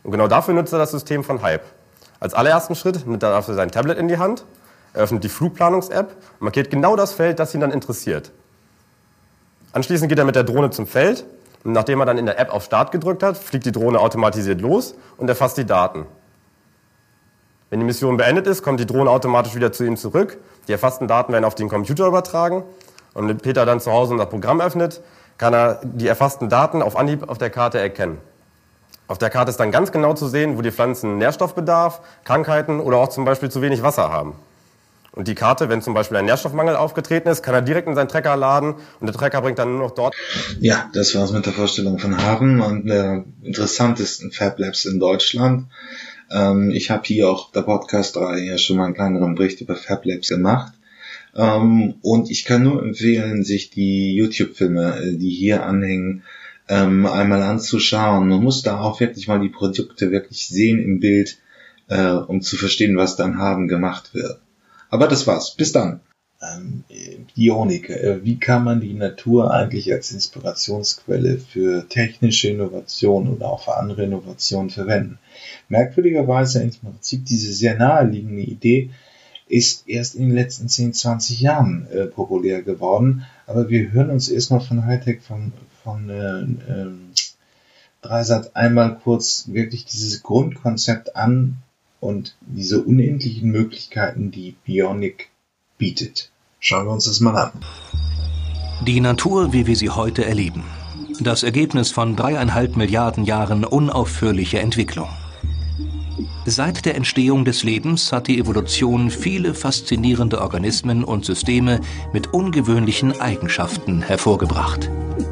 Und genau dafür nutzt er das System von Hype. Als allerersten Schritt nimmt er dafür sein Tablet in die Hand, eröffnet die Flugplanungs-App und markiert genau das Feld, das ihn dann interessiert. Anschließend geht er mit der Drohne zum Feld und nachdem er dann in der App auf Start gedrückt hat, fliegt die Drohne automatisiert los und erfasst die Daten. Wenn die Mission beendet ist, kommt die Drohne automatisch wieder zu ihm zurück. Die erfassten Daten werden auf den Computer übertragen. Und wenn Peter dann zu Hause unser Programm öffnet, kann er die erfassten Daten auf Anhieb auf der Karte erkennen. Auf der Karte ist dann ganz genau zu sehen, wo die Pflanzen Nährstoffbedarf, Krankheiten oder auch zum Beispiel zu wenig Wasser haben. Und die Karte, wenn zum Beispiel ein Nährstoffmangel aufgetreten ist, kann er direkt in seinen Trecker laden und der Trecker bringt dann nur noch dort. Ja, das war's mit der Vorstellung von Harren und der interessantesten Fab Labs in Deutschland. Ähm, ich habe hier auch der Podcast-Reihe ja schon mal einen kleineren Bericht über Fab Labs gemacht. Ähm, und ich kann nur empfehlen, sich die YouTube-Filme, die hier anhängen, ähm, einmal anzuschauen. Man muss da auch wirklich mal die Produkte wirklich sehen im Bild, äh, um zu verstehen, was dann Harren gemacht wird. Aber das war's. Bis dann. Ähm, Bionik. Äh, wie kann man die Natur eigentlich als Inspirationsquelle für technische Innovation oder auch für andere Innovationen verwenden? Merkwürdigerweise im Prinzip diese sehr naheliegende Idee ist erst in den letzten zehn, zwanzig Jahren äh, populär geworden. Aber wir hören uns erstmal von Hightech, von, von äh, äh, Dreisat einmal kurz wirklich dieses Grundkonzept an und diese unendlichen Möglichkeiten, die Bionik bietet. Schauen wir uns das mal an. Die Natur, wie wir sie heute erleben. Das Ergebnis von dreieinhalb Milliarden Jahren unaufhörlicher Entwicklung. Seit der Entstehung des Lebens hat die Evolution viele faszinierende Organismen und Systeme mit ungewöhnlichen Eigenschaften hervorgebracht.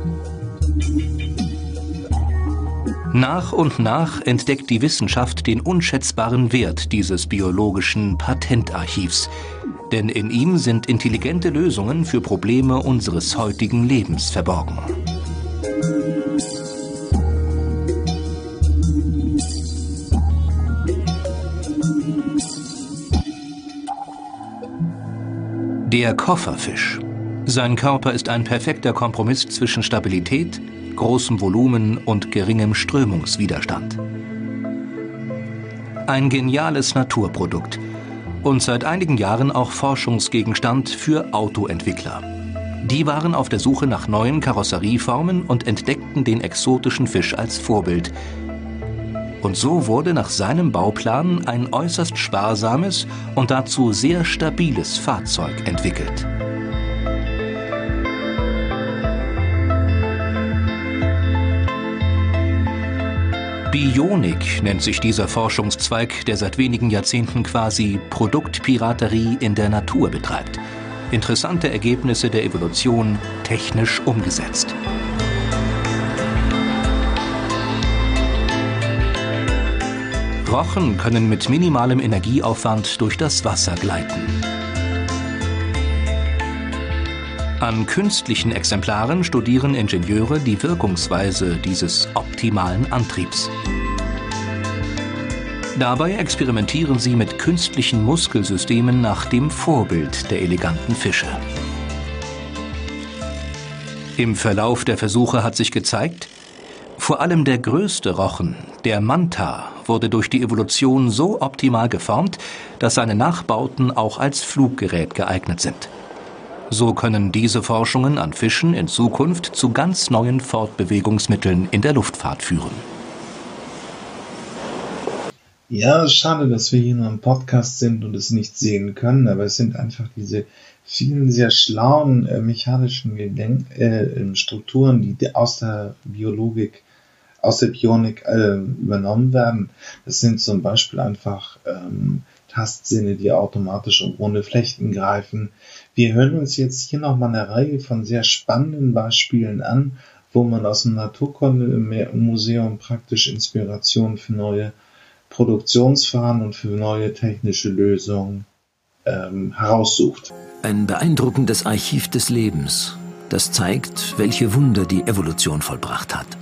Nach und nach entdeckt die Wissenschaft den unschätzbaren Wert dieses biologischen Patentarchivs, denn in ihm sind intelligente Lösungen für Probleme unseres heutigen Lebens verborgen. Der Kofferfisch. Sein Körper ist ein perfekter Kompromiss zwischen Stabilität, großem Volumen und geringem Strömungswiderstand. Ein geniales Naturprodukt und seit einigen Jahren auch Forschungsgegenstand für Autoentwickler. Die waren auf der Suche nach neuen Karosserieformen und entdeckten den exotischen Fisch als Vorbild. Und so wurde nach seinem Bauplan ein äußerst sparsames und dazu sehr stabiles Fahrzeug entwickelt. Bionik nennt sich dieser Forschungszweig, der seit wenigen Jahrzehnten quasi Produktpiraterie in der Natur betreibt. Interessante Ergebnisse der Evolution technisch umgesetzt. Rochen können mit minimalem Energieaufwand durch das Wasser gleiten. An künstlichen Exemplaren studieren Ingenieure die Wirkungsweise dieses optimalen Antriebs. Dabei experimentieren sie mit künstlichen Muskelsystemen nach dem Vorbild der eleganten Fische. Im Verlauf der Versuche hat sich gezeigt, vor allem der größte Rochen, der Manta, wurde durch die Evolution so optimal geformt, dass seine Nachbauten auch als Fluggerät geeignet sind. So können diese Forschungen an Fischen in Zukunft zu ganz neuen Fortbewegungsmitteln in der Luftfahrt führen. Ja, schade, dass wir hier nur im Podcast sind und es nicht sehen können, aber es sind einfach diese vielen sehr schlauen äh, mechanischen Gedenk äh, Strukturen, die aus der Biologik, aus der Bionik äh, übernommen werden. Das sind zum Beispiel einfach ähm, Tastsinne, die automatisch um ohne Flechten greifen. Wir hören uns jetzt hier nochmal eine Reihe von sehr spannenden Beispielen an, wo man aus dem Naturkundemuseum praktisch Inspiration für neue Produktionsverfahren und für neue technische Lösungen ähm, heraussucht. Ein beeindruckendes Archiv des Lebens, das zeigt, welche Wunder die Evolution vollbracht hat.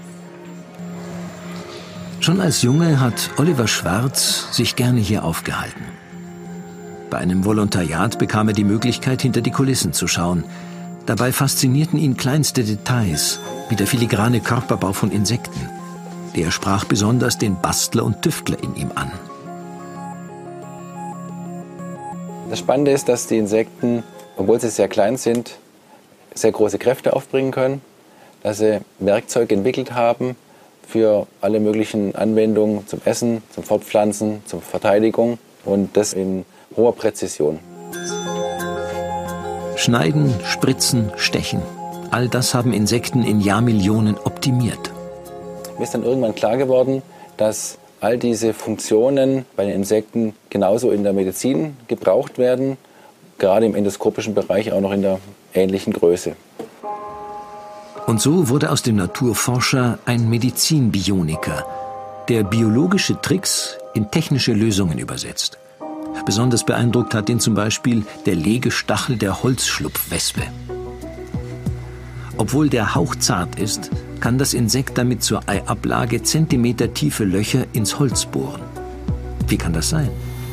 Schon als Junge hat Oliver Schwarz sich gerne hier aufgehalten. Bei einem Volontariat bekam er die Möglichkeit, hinter die Kulissen zu schauen. Dabei faszinierten ihn kleinste Details, wie der filigrane Körperbau von Insekten. Der sprach besonders den Bastler und Tüftler in ihm an. Das Spannende ist, dass die Insekten, obwohl sie sehr klein sind, sehr große Kräfte aufbringen können, dass sie Werkzeuge entwickelt haben für alle möglichen Anwendungen zum Essen, zum Fortpflanzen, zur Verteidigung und das in hoher Präzision. Schneiden, spritzen, stechen. All das haben Insekten in Jahrmillionen optimiert. Mir ist dann irgendwann klar geworden, dass all diese Funktionen bei den Insekten genauso in der Medizin gebraucht werden, gerade im endoskopischen Bereich auch noch in der ähnlichen Größe. Und so wurde aus dem Naturforscher ein Medizinbioniker, der biologische Tricks in technische Lösungen übersetzt. Besonders beeindruckt hat ihn zum Beispiel der Legestachel der Holzschlupfwespe. Obwohl der hauchzart ist, kann das Insekt damit zur Eiablage zentimetertiefe Löcher ins Holz bohren. Wie kann das sein?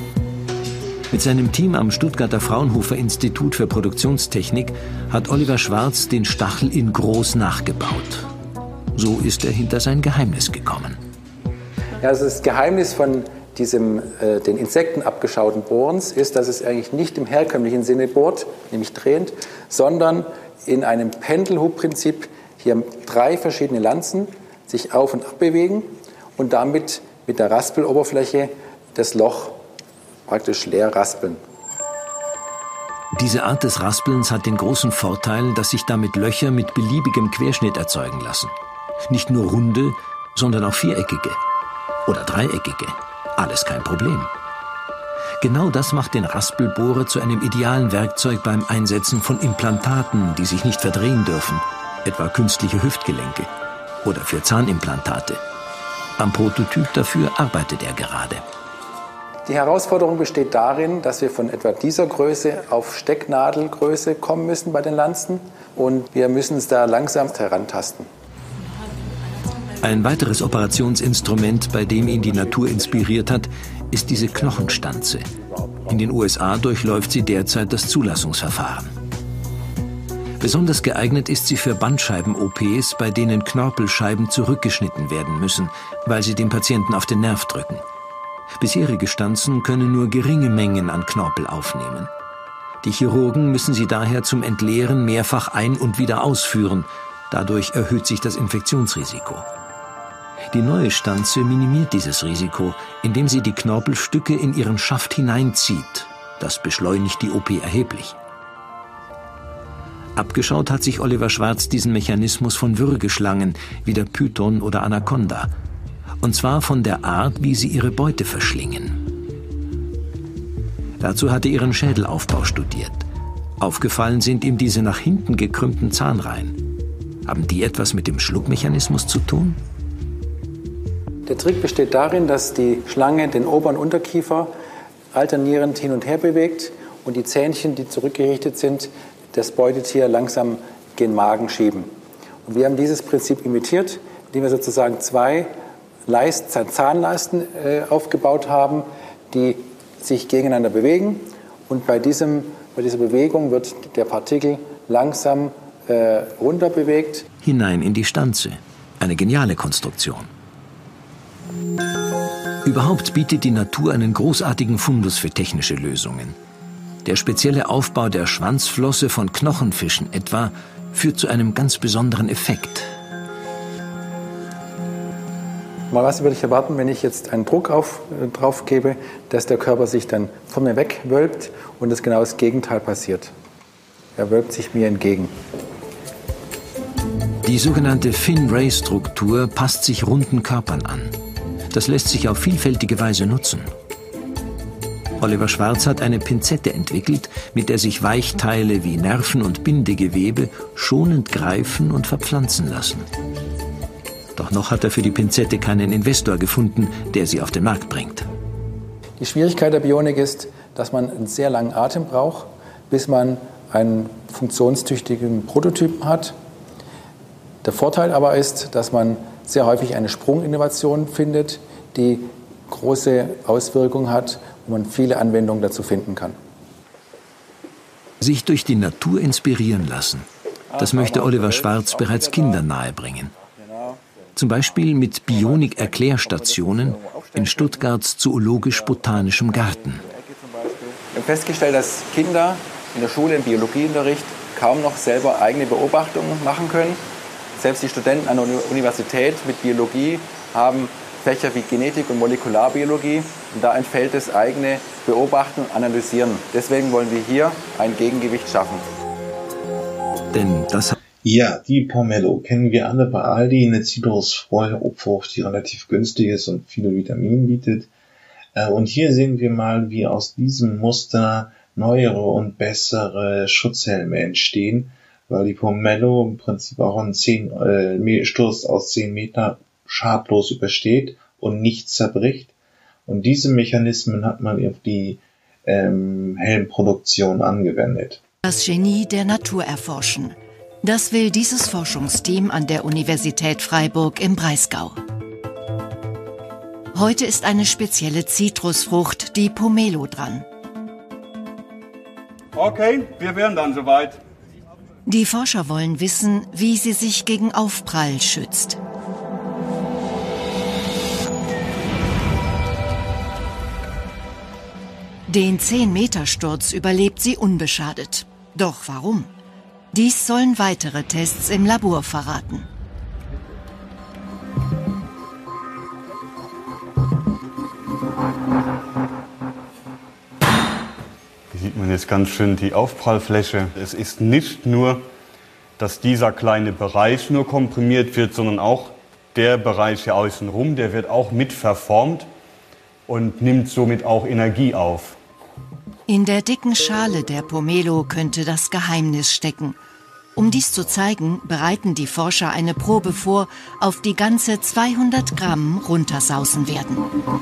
Mit seinem Team am Stuttgarter Fraunhofer Institut für Produktionstechnik hat Oliver Schwarz den Stachel in groß nachgebaut. So ist er hinter sein Geheimnis gekommen. Ja, also das Geheimnis von diesem äh, den Insekten abgeschauten Bohrens ist, dass es eigentlich nicht im herkömmlichen Sinne bohrt, nämlich drehend, sondern in einem Pendelhubprinzip hier drei verschiedene Lanzen sich auf und ab bewegen und damit mit der Raspeloberfläche das Loch praktisch leer raspeln. Diese Art des Raspelns hat den großen Vorteil, dass sich damit Löcher mit beliebigem Querschnitt erzeugen lassen. Nicht nur runde, sondern auch viereckige oder dreieckige. Alles kein Problem. Genau das macht den Raspelbohrer zu einem idealen Werkzeug beim Einsetzen von Implantaten, die sich nicht verdrehen dürfen, etwa künstliche Hüftgelenke oder für Zahnimplantate. Am Prototyp dafür arbeitet er gerade. Die Herausforderung besteht darin, dass wir von etwa dieser Größe auf Stecknadelgröße kommen müssen bei den Lanzen und wir müssen es da langsam herantasten. Ein weiteres Operationsinstrument, bei dem ihn die Natur inspiriert hat, ist diese Knochenstanze. In den U S A durchläuft sie derzeit das Zulassungsverfahren. Besonders geeignet ist sie für Bandscheiben-O Ps, bei denen Knorpelscheiben zurückgeschnitten werden müssen, weil sie dem Patienten auf den Nerv drücken. Bisherige Stanzen können nur geringe Mengen an Knorpel aufnehmen. Die Chirurgen müssen sie daher zum Entleeren mehrfach ein- und wieder ausführen. Dadurch erhöht sich das Infektionsrisiko. Die neue Stanze minimiert dieses Risiko, indem sie die Knorpelstücke in ihren Schaft hineinzieht. Das beschleunigt die O P erheblich. Abgeschaut hat sich Oliver Schwarz diesen Mechanismus von Würgeschlangen wie der Python oder Anaconda. Und zwar von der Art, wie sie ihre Beute verschlingen. Dazu hat er ihren Schädelaufbau studiert. Aufgefallen sind ihm diese nach hinten gekrümmten Zahnreihen. Haben die etwas mit dem Schluckmechanismus zu tun? Der Trick besteht darin, dass die Schlange den Ober- und Unterkiefer alternierend hin und her bewegt und die Zähnchen, die zurückgerichtet sind, das Beutetier langsam gen Magen schieben. Und wir haben dieses Prinzip imitiert, indem wir sozusagen zwei Leist, Zahnleisten äh, aufgebaut haben, die sich gegeneinander bewegen. Und bei, diesem, bei dieser Bewegung wird der Partikel langsam äh, runter bewegt. Hinein in die Stanze. Eine geniale Konstruktion. Überhaupt bietet die Natur einen großartigen Fundus für technische Lösungen. Der spezielle Aufbau der Schwanzflosse von Knochenfischen etwa führt zu einem ganz besonderen Effekt. Mal was würde ich erwarten, wenn ich jetzt einen Druck auf, äh, drauf gebe, dass der Körper sich dann von mir wegwölbt und das genau das Gegenteil passiert. Er wölbt sich mir entgegen. Die sogenannte Fin-Ray-Struktur passt sich runden Körpern an. Das lässt sich auf vielfältige Weise nutzen. Oliver Schwarz hat eine Pinzette entwickelt, mit der sich Weichteile wie Nerven und Bindegewebe schonend greifen und verpflanzen lassen. Doch noch hat er für die Pinzette keinen Investor gefunden, der sie auf den Markt bringt. Die Schwierigkeit der Bionik ist, dass man einen sehr langen Atem braucht, bis man einen funktionstüchtigen Prototypen hat. Der Vorteil aber ist, dass man sehr häufig eine Sprunginnovation findet, die große Auswirkungen hat, wo man viele Anwendungen dazu finden kann. Sich durch die Natur inspirieren lassen, das möchte Oliver Schwarz bereits Kindern nahebringen. Zum Beispiel mit Bionik-Erklärstationen in Stuttgarts Zoologisch-Botanischem Garten. Wir haben festgestellt, dass Kinder in der Schule im Biologieunterricht kaum noch selber eigene Beobachtungen machen können. Selbst die Studenten an der Universität mit Biologie haben Fächer wie Genetik und Molekularbiologie. Und da entfällt es eigene Beobachten und Analysieren. Deswegen wollen wir hier ein Gegengewicht schaffen. Denn das Ja, die Pomelo kennen wir alle bei Aldi, eine zitrusfreie Obstfrucht, die relativ günstig ist und viele Vitamine bietet. Und hier sehen wir mal, wie aus diesem Muster neuere und bessere Schutzhelme entstehen, weil die Pomelo im Prinzip auch einen zehn, äh, Sturz aus zehn Meter schadlos übersteht und nicht zerbricht. Und diese Mechanismen hat man auf die ähm, Helmproduktion angewendet. Das Genie der Natur erforschen. Das will dieses Forschungsteam an der Universität Freiburg im Breisgau. Heute ist eine spezielle Zitrusfrucht, die Pomelo, dran. Okay, wir wären dann soweit. Die Forscher wollen wissen, wie sie sich gegen Aufprall schützt. Den zehn Meter Sturz überlebt sie unbeschadet. Doch warum? Dies sollen weitere Tests im Labor verraten. Hier sieht man jetzt ganz schön die Aufprallfläche. Es ist nicht nur, dass dieser kleine Bereich nur komprimiert wird, sondern auch der Bereich hier außenrum, der wird auch mit verformt und nimmt somit auch Energie auf. In der dicken Schale der Pomelo könnte das Geheimnis stecken. Um dies zu zeigen, bereiten die Forscher eine Probe vor, auf die ganze zweihundert Gramm runtersausen werden.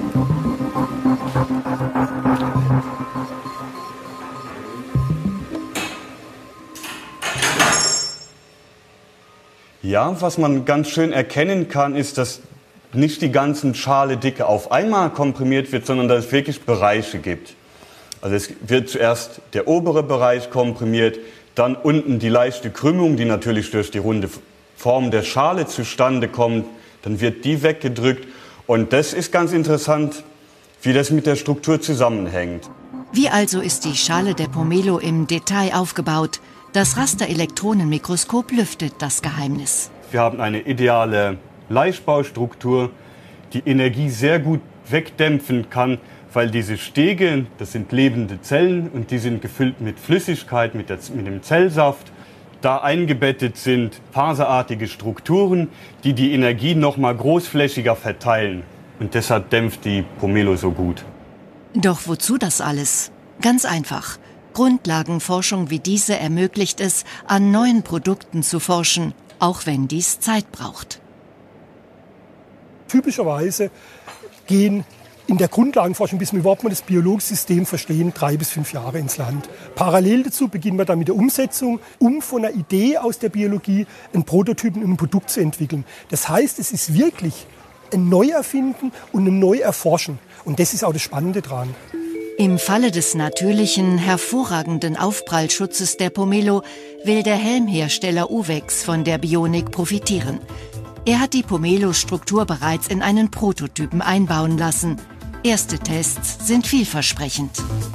Ja, was man ganz schön erkennen kann, ist, dass nicht die ganzen Schale Dicke auf einmal komprimiert wird, sondern dass es wirklich Bereiche gibt. Also es wird zuerst der obere Bereich komprimiert, dann unten die leichte Krümmung, die natürlich durch die runde Form der Schale zustande kommt, dann wird die weggedrückt. Und das ist ganz interessant, wie das mit der Struktur zusammenhängt. Wie also ist die Schale der Pomelo im Detail aufgebaut? Das Rasterelektronenmikroskop lüftet das Geheimnis. Wir haben eine ideale Leichtbaustruktur, die Energie sehr gut wegdämpfen kann, weil diese Stege, das sind lebende Zellen und die sind gefüllt mit Flüssigkeit, mit, der, mit dem Zellsaft. Da eingebettet sind faserartige Strukturen, die die Energie noch mal großflächiger verteilen. Und deshalb dämpft die Pomelo so gut. Doch wozu das alles? Ganz einfach. Grundlagenforschung wie diese ermöglicht es, an neuen Produkten zu forschen, auch wenn dies Zeit braucht. Typischerweise gehen in der Grundlagenforschung, bis wir überhaupt mal das biologische System verstehen, drei bis fünf Jahre ins Land. Parallel dazu beginnen wir dann mit der Umsetzung, um von einer Idee aus der Biologie einen Prototypen und ein Produkt zu entwickeln. Das heißt, es ist wirklich ein Neuerfinden und ein Neuerforschen. Und das ist auch das Spannende dran. Im Falle des natürlichen, hervorragenden Aufprallschutzes der Pomelo will der Helmhersteller Uvex von der Bionik profitieren. Er hat die Pomelo-Struktur bereits in einen Prototypen einbauen lassen. Erste Tests sind vielversprechend.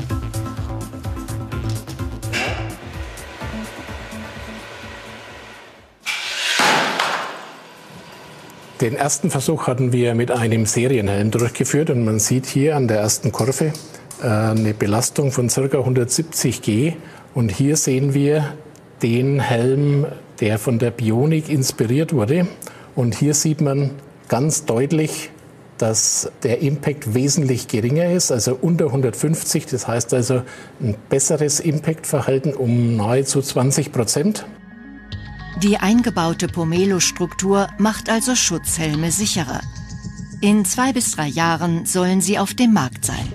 Den ersten Versuch hatten wir mit einem Serienhelm durchgeführt und man sieht hier an der ersten Kurve äh, eine Belastung von ca. hundertsiebzig G. Und hier sehen wir den Helm, der von der Bionik inspiriert wurde. Und hier sieht man ganz deutlich, dass der Impact wesentlich geringer ist, also unter hundertfünfzig. Das heißt also ein besseres Impactverhalten um nahezu zwanzig Prozent. Die eingebaute Pomelo-Struktur macht also Schutzhelme sicherer. In zwei bis drei Jahren sollen sie auf dem Markt sein.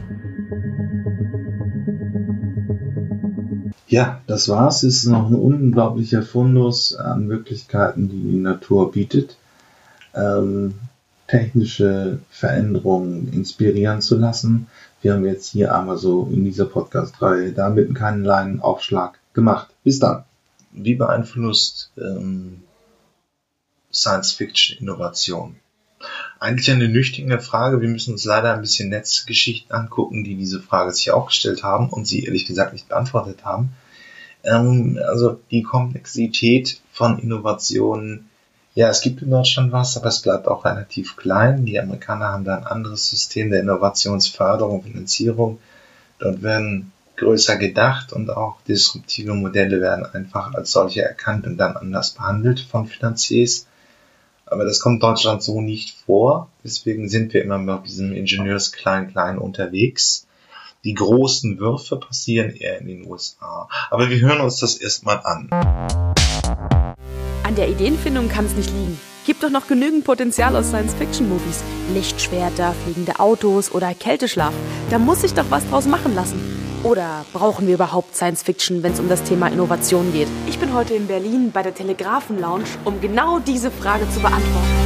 Ja, das war's. Es ist noch ein unglaublicher Fundus an Möglichkeiten, die die Natur bietet. Ähm, technische Veränderungen inspirieren zu lassen. Wir haben jetzt hier einmal so in dieser Podcast-Reihe damit einen kleinen kleinen Aufschlag gemacht. Bis dann. Wie beeinflusst ähm, Science-Fiction-Innovation? Eigentlich eine nüchterne Frage. Wir müssen uns leider ein bisschen Netzgeschichten angucken, die diese Frage sich auch gestellt haben und sie ehrlich gesagt nicht beantwortet haben. Ähm, also die Komplexität von Innovationen, ja, es gibt in Deutschland was, aber es bleibt auch relativ klein. Die Amerikaner haben da ein anderes System der Innovationsförderung und Finanzierung. Dort werden größer gedacht und auch disruptive Modelle werden einfach als solche erkannt und dann anders behandelt von Finanziers. Aber das kommt Deutschland so nicht vor. Deswegen sind wir immer mit diesem Ingenieurs-Klein-Klein unterwegs. Die großen Würfe passieren eher in den U S A. Aber wir hören uns das erstmal an. An der Ideenfindung kann es nicht liegen. Gibt doch noch genügend Potenzial aus Science-Fiction-Movies. Lichtschwerter, fliegende Autos oder Kälteschlaf. Da muss sich doch was draus machen lassen. Oder brauchen wir überhaupt Science-Fiction, wenn es um das Thema Innovation geht? Ich bin heute in Berlin bei der Telegrafen Lounge, um genau diese Frage zu beantworten.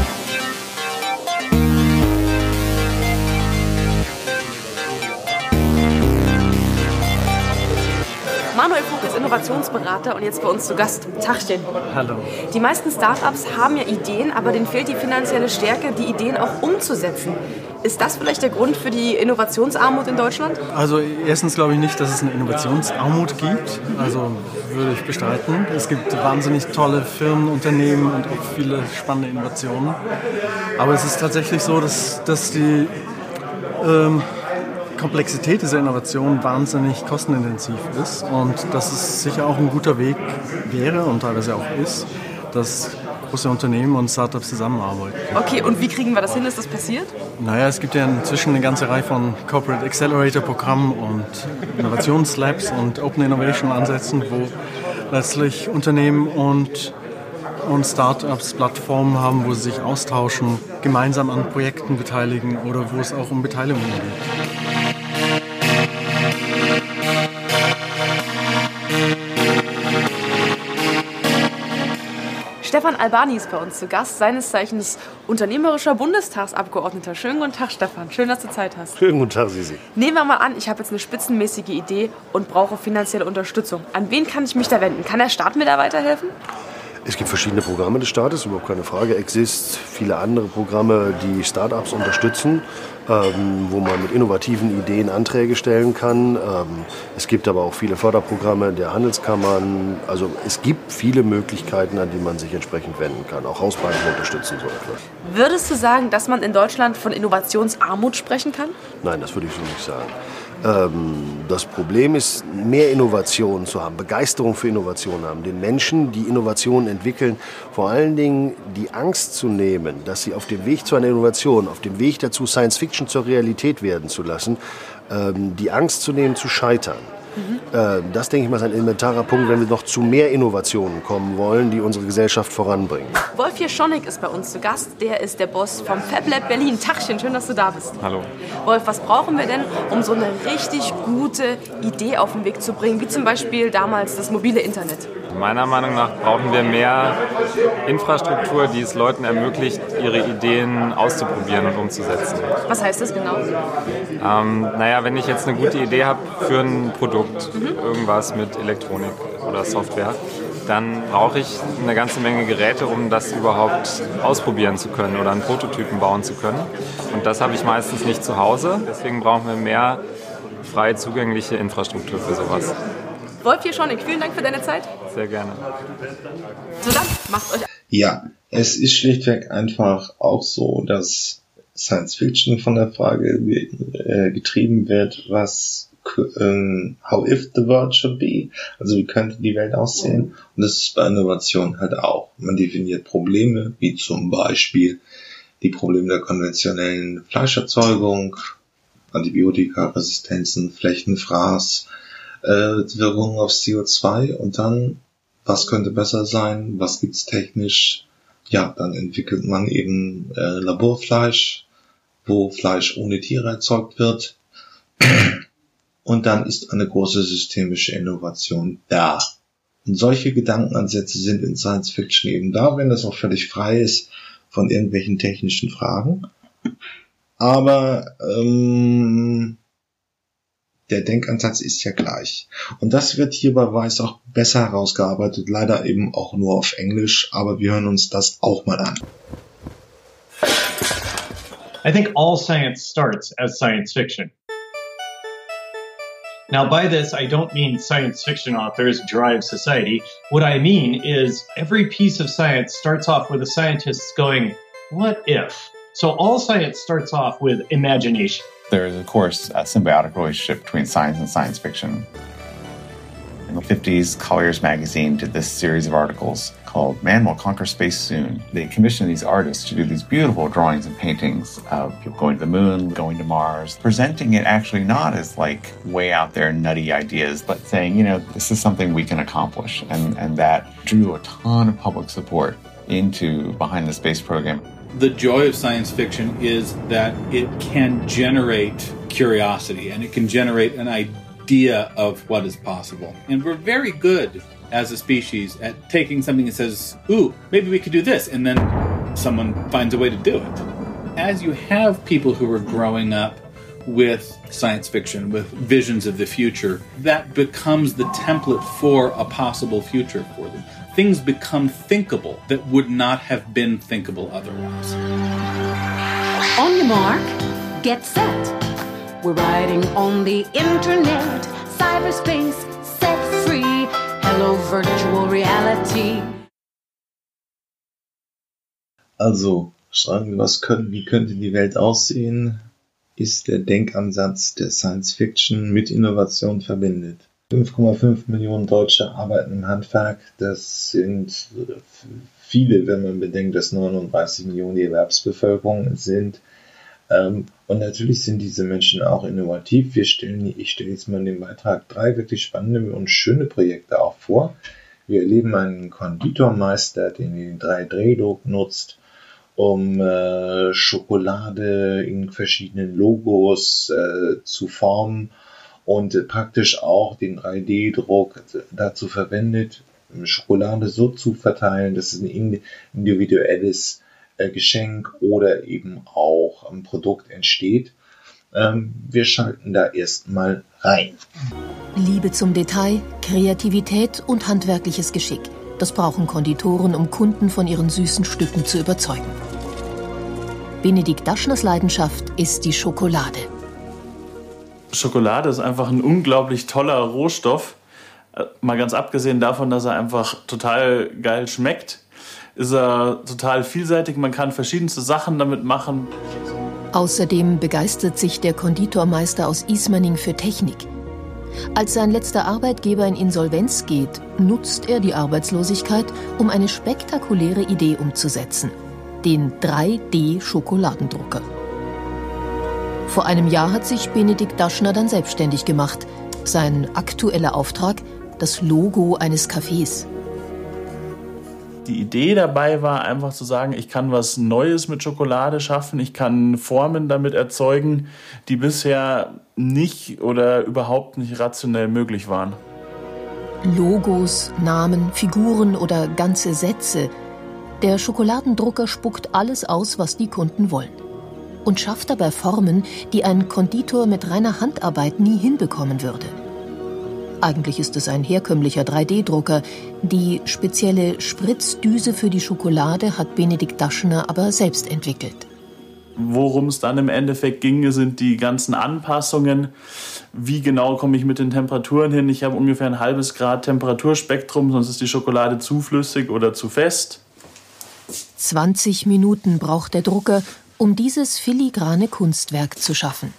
Manuel Vogt ist Innovationsberater und jetzt bei uns zu Gast. Tachchen. Hallo. Die meisten Startups haben ja Ideen, aber denen fehlt die finanzielle Stärke, die Ideen auch umzusetzen. Ist das vielleicht der Grund für die Innovationsarmut in Deutschland? Also erstens glaube ich nicht, dass es eine Innovationsarmut gibt. Also würde ich bestreiten. Es gibt wahnsinnig tolle Firmen, Unternehmen und auch viele spannende Innovationen. Aber es ist tatsächlich so, dass, dass die ähm, Komplexität dieser Innovation wahnsinnig kostenintensiv ist und dass es sicher auch ein guter Weg wäre und teilweise auch ist, dass große Unternehmen und Startups zusammenarbeiten. Okay, und wie kriegen wir das hin, dass das passiert? Naja, es gibt ja inzwischen eine ganze Reihe von Corporate Accelerator Programmen und Innovationslabs und Open Innovation Ansätzen, wo letztlich Unternehmen und, und Startups Plattformen haben, wo sie sich austauschen, gemeinsam an Projekten beteiligen oder wo es auch um Beteiligung geht. Stefan Albani ist bei uns zu Gast, seines Zeichens unternehmerischer Bundestagsabgeordneter. Schönen guten Tag, Stefan. Schön, dass du Zeit hast. Schönen guten Tag, Sisi. Nehmen wir mal an, ich habe jetzt eine spitzenmäßige Idee und brauche finanzielle Unterstützung. An wen kann ich mich da wenden? Kann der Staat mir da weiterhelfen? Es gibt verschiedene Programme des Staates, überhaupt keine Frage. Exist, viele andere Programme, die Start-ups unterstützen, ähm, wo man mit innovativen Ideen Anträge stellen kann. Ähm, es gibt aber auch viele Förderprogramme der Handelskammern. Also es gibt viele Möglichkeiten, an die man sich entsprechend wenden kann. Auch Hausbanken unterstützen so etwas. Würdest du sagen, dass man in Deutschland von Innovationsarmut sprechen kann? Nein, das würde ich so nicht sagen. Das Problem ist, mehr Innovation zu haben, Begeisterung für Innovation haben, den Menschen, die Innovationen entwickeln, vor allen Dingen die Angst zu nehmen, dass sie auf dem Weg zu einer Innovation, auf dem Weg dazu, Science Fiction zur Realität werden zu lassen, die Angst zu nehmen, zu scheitern. Mhm. Das, denke ich mal, ist ein elementarer Punkt, wenn wir noch zu mehr Innovationen kommen wollen, die unsere Gesellschaft voranbringen. Wolf Jerschonik ist bei uns zu Gast. Der ist der Boss vom FabLab Berlin. Tachchen, schön, dass du da bist. Hallo. Wolf, was brauchen wir denn, um so eine richtig gute Idee auf den Weg zu bringen, wie zum Beispiel damals das mobile Internet? Meiner Meinung nach brauchen wir mehr Infrastruktur, die es Leuten ermöglicht, ihre Ideen auszuprobieren und umzusetzen. Was heißt das genau? Ähm, naja, wenn ich jetzt eine gute Idee habe für ein Produkt, mhm. irgendwas mit Elektronik oder Software, dann brauche ich eine ganze Menge Geräte, um das überhaupt ausprobieren zu können oder einen Prototypen bauen zu können. Und das habe ich meistens nicht zu Hause. Deswegen brauchen wir mehr frei zugängliche Infrastruktur für sowas. Wolf Jerschonik, vielen Dank für deine Zeit. Sehr gerne. So, dann macht euch... Ja, es ist schlichtweg einfach auch so, dass Science Fiction von der Frage äh, getrieben wird, was ähm, how if the world should be, also wie könnte die Welt aussehen, und das ist bei Innovation halt auch. Man definiert Probleme, wie zum Beispiel die Probleme der konventionellen Fleischerzeugung, Antibiotikaresistenzen, Flächenfraß, äh, Wirkungen auf C O zwei, und dann, was könnte besser sein, was gibt's technisch, ja, dann entwickelt man eben äh, Laborfleisch, wo Fleisch ohne Tiere erzeugt wird, und dann ist eine große systemische Innovation da. Und solche Gedankenansätze sind in Science Fiction eben da, wenn das auch völlig frei ist von irgendwelchen technischen Fragen. Aber ähm, der Denkansatz ist ja gleich. Und das wird hier bei Weiß auch besser herausgearbeitet, leider eben auch nur auf Englisch, aber wir hören uns das auch mal an. I think all science starts as science fiction. Now, by this, I don't mean science fiction authors drive society. What I mean is every piece of science starts off with the scientists going, what if? So all science starts off with imagination. There is, of course, a symbiotic relationship between science and science fiction. In the fifties, Collier's magazine did this series of articles called Man Will Conquer Space Soon. They commissioned these artists to do these beautiful drawings and paintings of people going to the moon, going to Mars, presenting it actually not as like way out there nutty ideas, but saying, you know, this is something we can accomplish. And, and that drew a ton of public support into behind the space program. The joy of science fiction is that it can generate curiosity and it can generate an idea of what is possible. And we're very good as a species at taking something that says, ooh, maybe we could do this, and then someone finds a way to do it. As you have people who are growing up with science fiction, with visions of the future, that becomes the template for a possible future for them. Things become thinkable that would not have been thinkable otherwise. On your mark, get set. We're riding on the internet, cyberspace, set free. Hello, virtual reality. Also, schreiben wir, was können, wie könnte die Welt aussehen, ist der Denkansatz der Science Fiction mit Innovation verbindet. fünf Komma fünf Millionen Deutsche arbeiten im Handwerk. Das sind viele, wenn man bedenkt, dass neununddreißig Millionen die Erwerbsbevölkerung sind. Und natürlich sind diese Menschen auch innovativ. Wir stellen, ich stelle jetzt mal in dem Beitrag drei wirklich spannende und schöne Projekte auch vor. Wir erleben einen Konditormeister, der den drei D Druck nutzt, um äh, Schokolade in verschiedenen Logos äh, zu formen und äh, praktisch auch den drei D Druck dazu verwendet, Schokolade so zu verteilen, dass es ein individuelles äh, Geschenk oder eben auch ein Produkt entsteht. Ähm, wir schalten da erstmal rein. Liebe zum Detail, Kreativität und handwerkliches Geschick. Das brauchen Konditoren, um Kunden von ihren süßen Stücken zu überzeugen. Benedikt Daschners Leidenschaft ist die Schokolade. Schokolade ist einfach ein unglaublich toller Rohstoff. Mal ganz abgesehen davon, dass er einfach total geil schmeckt, ist er total vielseitig. Man kann verschiedenste Sachen damit machen. Außerdem begeistert sich der Konditormeister aus Ismaning für Technik. Als sein letzter Arbeitgeber in Insolvenz geht, nutzt er die Arbeitslosigkeit, um eine spektakuläre Idee umzusetzen: den drei D Schokoladendrucker. Vor einem Jahr hat sich Benedikt Daschner dann selbstständig gemacht. Sein aktueller Auftrag: das Logo eines Cafés. Die Idee dabei war einfach zu sagen, ich kann was Neues mit Schokolade schaffen, ich kann Formen damit erzeugen, die bisher nicht oder überhaupt nicht rationell möglich waren. Logos, Namen, Figuren oder ganze Sätze. Der Schokoladendrucker spuckt alles aus, was die Kunden wollen. Und schafft dabei Formen, die ein Konditor mit reiner Handarbeit nie hinbekommen würde. Eigentlich ist es ein herkömmlicher drei D Drucker. Die spezielle Spritzdüse für die Schokolade hat Benedikt Daschner aber selbst entwickelt. Worum es dann im Endeffekt ging, sind die ganzen Anpassungen. Wie genau komme ich mit den Temperaturen hin? Ich habe ungefähr ein halbes Grad Temperaturspektrum, sonst ist die Schokolade zu flüssig oder zu fest. zwanzig Minuten braucht der Drucker, um dieses filigrane Kunstwerk zu schaffen.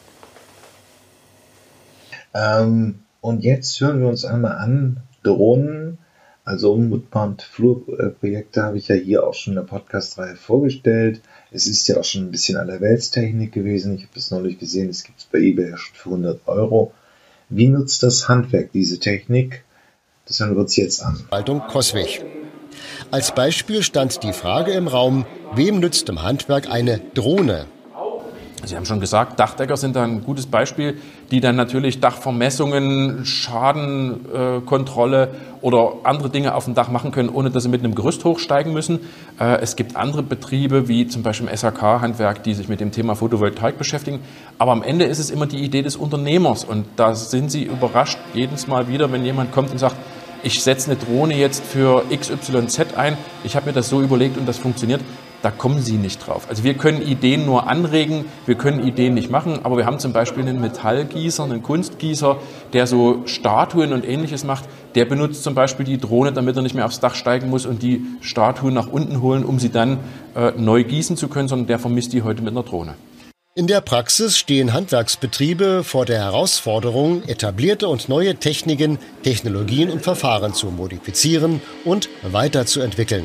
Ähm... Und jetzt hören wir uns einmal an, Drohnen, also unbemannte Flugprojekte habe ich ja hier auch schon in der Podcast-Reihe vorgestellt. Es ist ja auch schon ein bisschen Allerweltstechnik gewesen. Ich habe das neulich gesehen, es gibt es bei eBay schon für hundert Euro. Wie nutzt das Handwerk diese Technik? Das hören wir uns jetzt an. Verwaltung Coswig. Als Beispiel stand die Frage im Raum, wem nützt im Handwerk eine Drohne? Sie haben schon gesagt, Dachdecker sind da ein gutes Beispiel, die dann natürlich Dachvermessungen, Schadenkontrolle äh, oder andere Dinge auf dem Dach machen können, ohne dass sie mit einem Gerüst hochsteigen müssen. Äh, es gibt andere Betriebe, wie zum Beispiel im S H K-Handwerk, die sich mit dem Thema Photovoltaik beschäftigen. Aber am Ende ist es immer die Idee des Unternehmers. Und da sind Sie überrascht jedes Mal wieder, wenn jemand kommt und sagt, ich setze eine Drohne jetzt für X Y Z ein, ich habe mir das so überlegt und das funktioniert. Da kommen Sie nicht drauf. Also wir können Ideen nur anregen, wir können Ideen nicht machen, aber wir haben zum Beispiel einen Metallgießer, einen Kunstgießer, der so Statuen und Ähnliches macht. Der benutzt zum Beispiel die Drohne, damit er nicht mehr aufs Dach steigen muss und die Statuen nach unten holen, um sie dann äh, neu gießen zu können, sondern der vermisst die heute mit einer Drohne. In der Praxis stehen Handwerksbetriebe vor der Herausforderung, etablierte und neue Techniken, Technologien und Verfahren zu modifizieren und weiterzuentwickeln.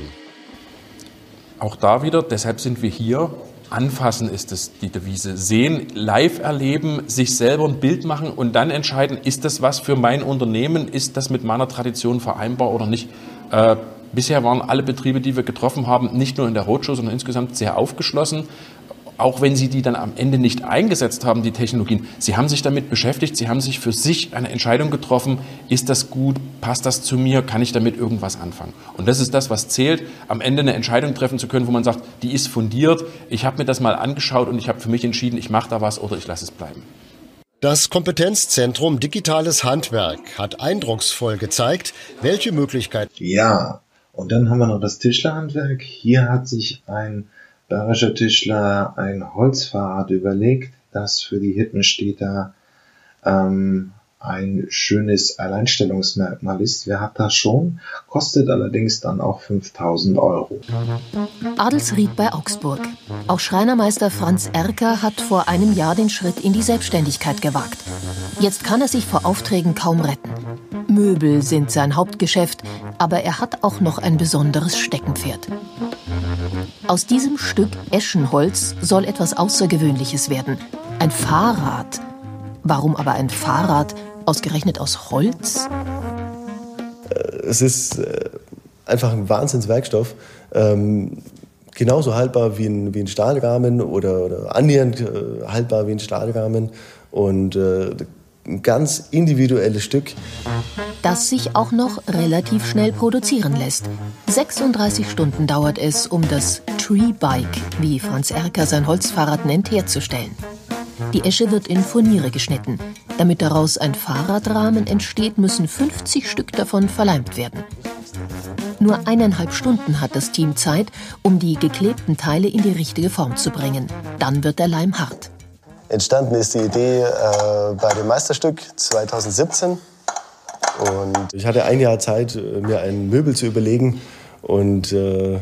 Auch da wieder, deshalb sind wir hier. Anfassen ist es die Devise. Sehen, live erleben, sich selber ein Bild machen und dann entscheiden, ist das was für mein Unternehmen, ist das mit meiner Tradition vereinbar oder nicht. Äh, bisher waren alle Betriebe, die wir getroffen haben, nicht nur in der Roadshow, sondern insgesamt sehr aufgeschlossen. Auch wenn sie die dann am Ende nicht eingesetzt haben, die Technologien. Sie haben sich damit beschäftigt, sie haben sich für sich eine Entscheidung getroffen, ist das gut, passt das zu mir, kann ich damit irgendwas anfangen. Und das ist das, was zählt, am Ende eine Entscheidung treffen zu können, wo man sagt, die ist fundiert, ich habe mir das mal angeschaut und ich habe für mich entschieden, ich mache da was oder ich lasse es bleiben. Das Kompetenzzentrum Digitales Handwerk hat eindrucksvoll gezeigt, welche Möglichkeiten... Ja, und dann haben wir noch das Tischlerhandwerk. Hier hat sich ein bayerischer Tischler ein Holzfahrrad überlegt, das für die Hippenstädter ähm, ein schönes Alleinstellungsmerkmal ist. Wer hat das schon? Kostet allerdings dann auch fünftausend Euro. Adelsried bei Augsburg. Auch Schreinermeister Franz Erker hat vor einem Jahr den Schritt in die Selbstständigkeit gewagt. Jetzt kann er sich vor Aufträgen kaum retten. Möbel sind sein Hauptgeschäft, aber er hat auch noch ein besonderes Steckenpferd. Aus diesem Stück Eschenholz soll etwas Außergewöhnliches werden. Ein Fahrrad. Warum aber ein Fahrrad ausgerechnet aus Holz? Es ist einfach ein Wahnsinnswerkstoff. Ähm, genauso haltbar wie ein, wie ein Stahlrahmen oder, oder annähernd äh, haltbar wie ein Stahlrahmen. Und äh, ein ganz individuelles Stück. Das sich auch noch relativ schnell produzieren lässt. sechsunddreißig Stunden dauert es, um das Tree Bike, wie Franz Erker sein Holzfahrrad nennt, herzustellen. Die Esche wird in Furniere geschnitten. Damit daraus ein Fahrradrahmen entsteht, müssen fünfzig Stück davon verleimt werden. Nur eineinhalb Stunden hat das Team Zeit, um die geklebten Teile in die richtige Form zu bringen. Dann wird der Leim hart. Entstanden ist die Idee äh, bei dem Meisterstück zweitausendsiebzehn. Und ich hatte ein Jahr Zeit, mir ein Möbel zu überlegen. Und äh,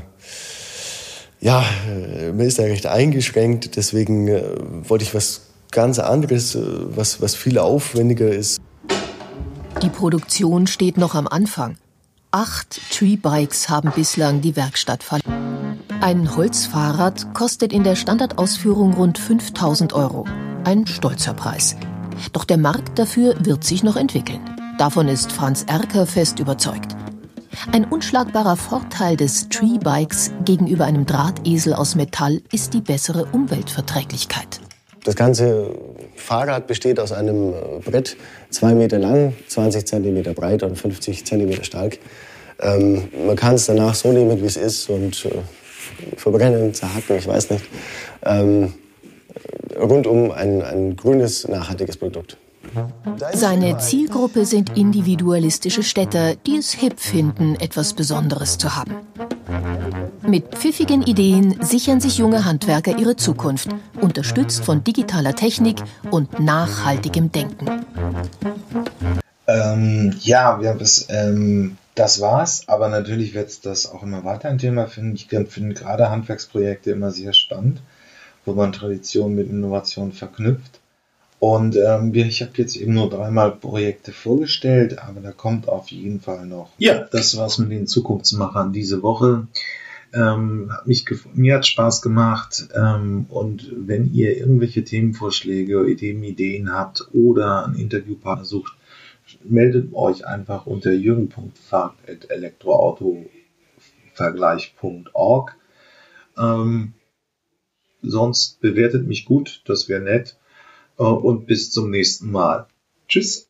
ja, mir ist da recht eingeschränkt. Deswegen äh, wollte ich was ganz anderes, äh, was, was viel aufwendiger ist. Die Produktion steht noch am Anfang. Acht Tree Bikes haben bislang die Werkstatt verlassen. Ein Holzfahrrad kostet in der Standardausführung rund fünftausend Euro. Ein stolzer Preis. Doch der Markt dafür wird sich noch entwickeln. Davon ist Franz Erker fest überzeugt. Ein unschlagbarer Vorteil des Tree Bikes gegenüber einem Drahtesel aus Metall ist die bessere Umweltverträglichkeit. Das ganze Fahrrad besteht aus einem Brett, zwei Meter lang, zwanzig Zentimeter breit und fünfzig Zentimeter stark. Ähm, man kann es danach so nehmen, wie es ist und äh, verbrennen, zerhacken, ich weiß nicht. Ähm, rundum ein, ein grünes, nachhaltiges Produkt. Seine Zielgruppe sind individualistische Städter, die es hip finden, etwas Besonderes zu haben. Mit pfiffigen Ideen sichern sich junge Handwerker ihre Zukunft, unterstützt von digitaler Technik und nachhaltigem Denken. Ähm, ja, wir haben das, ähm, das war's, aber natürlich wird das auch immer weiter ein Thema finden. Ich finde gerade Handwerksprojekte immer sehr spannend, wo man Tradition mit Innovation verknüpft. Und ähm, ich habe jetzt eben nur dreimal Projekte vorgestellt, aber da kommt auf jeden Fall noch. Ja, das war's mit den Zukunftsmachern diese Woche. Ähm, hat mich mir hat Spaß gemacht. Ähm, und wenn ihr irgendwelche Themenvorschläge, Ideen, Ideen habt oder einen Interviewpartner sucht, meldet euch einfach unter jürgen punkt fahrt at elektroautovergleich punkt org. Ähm, sonst bewertet mich gut, das wäre nett. Und bis zum nächsten Mal. Tschüss.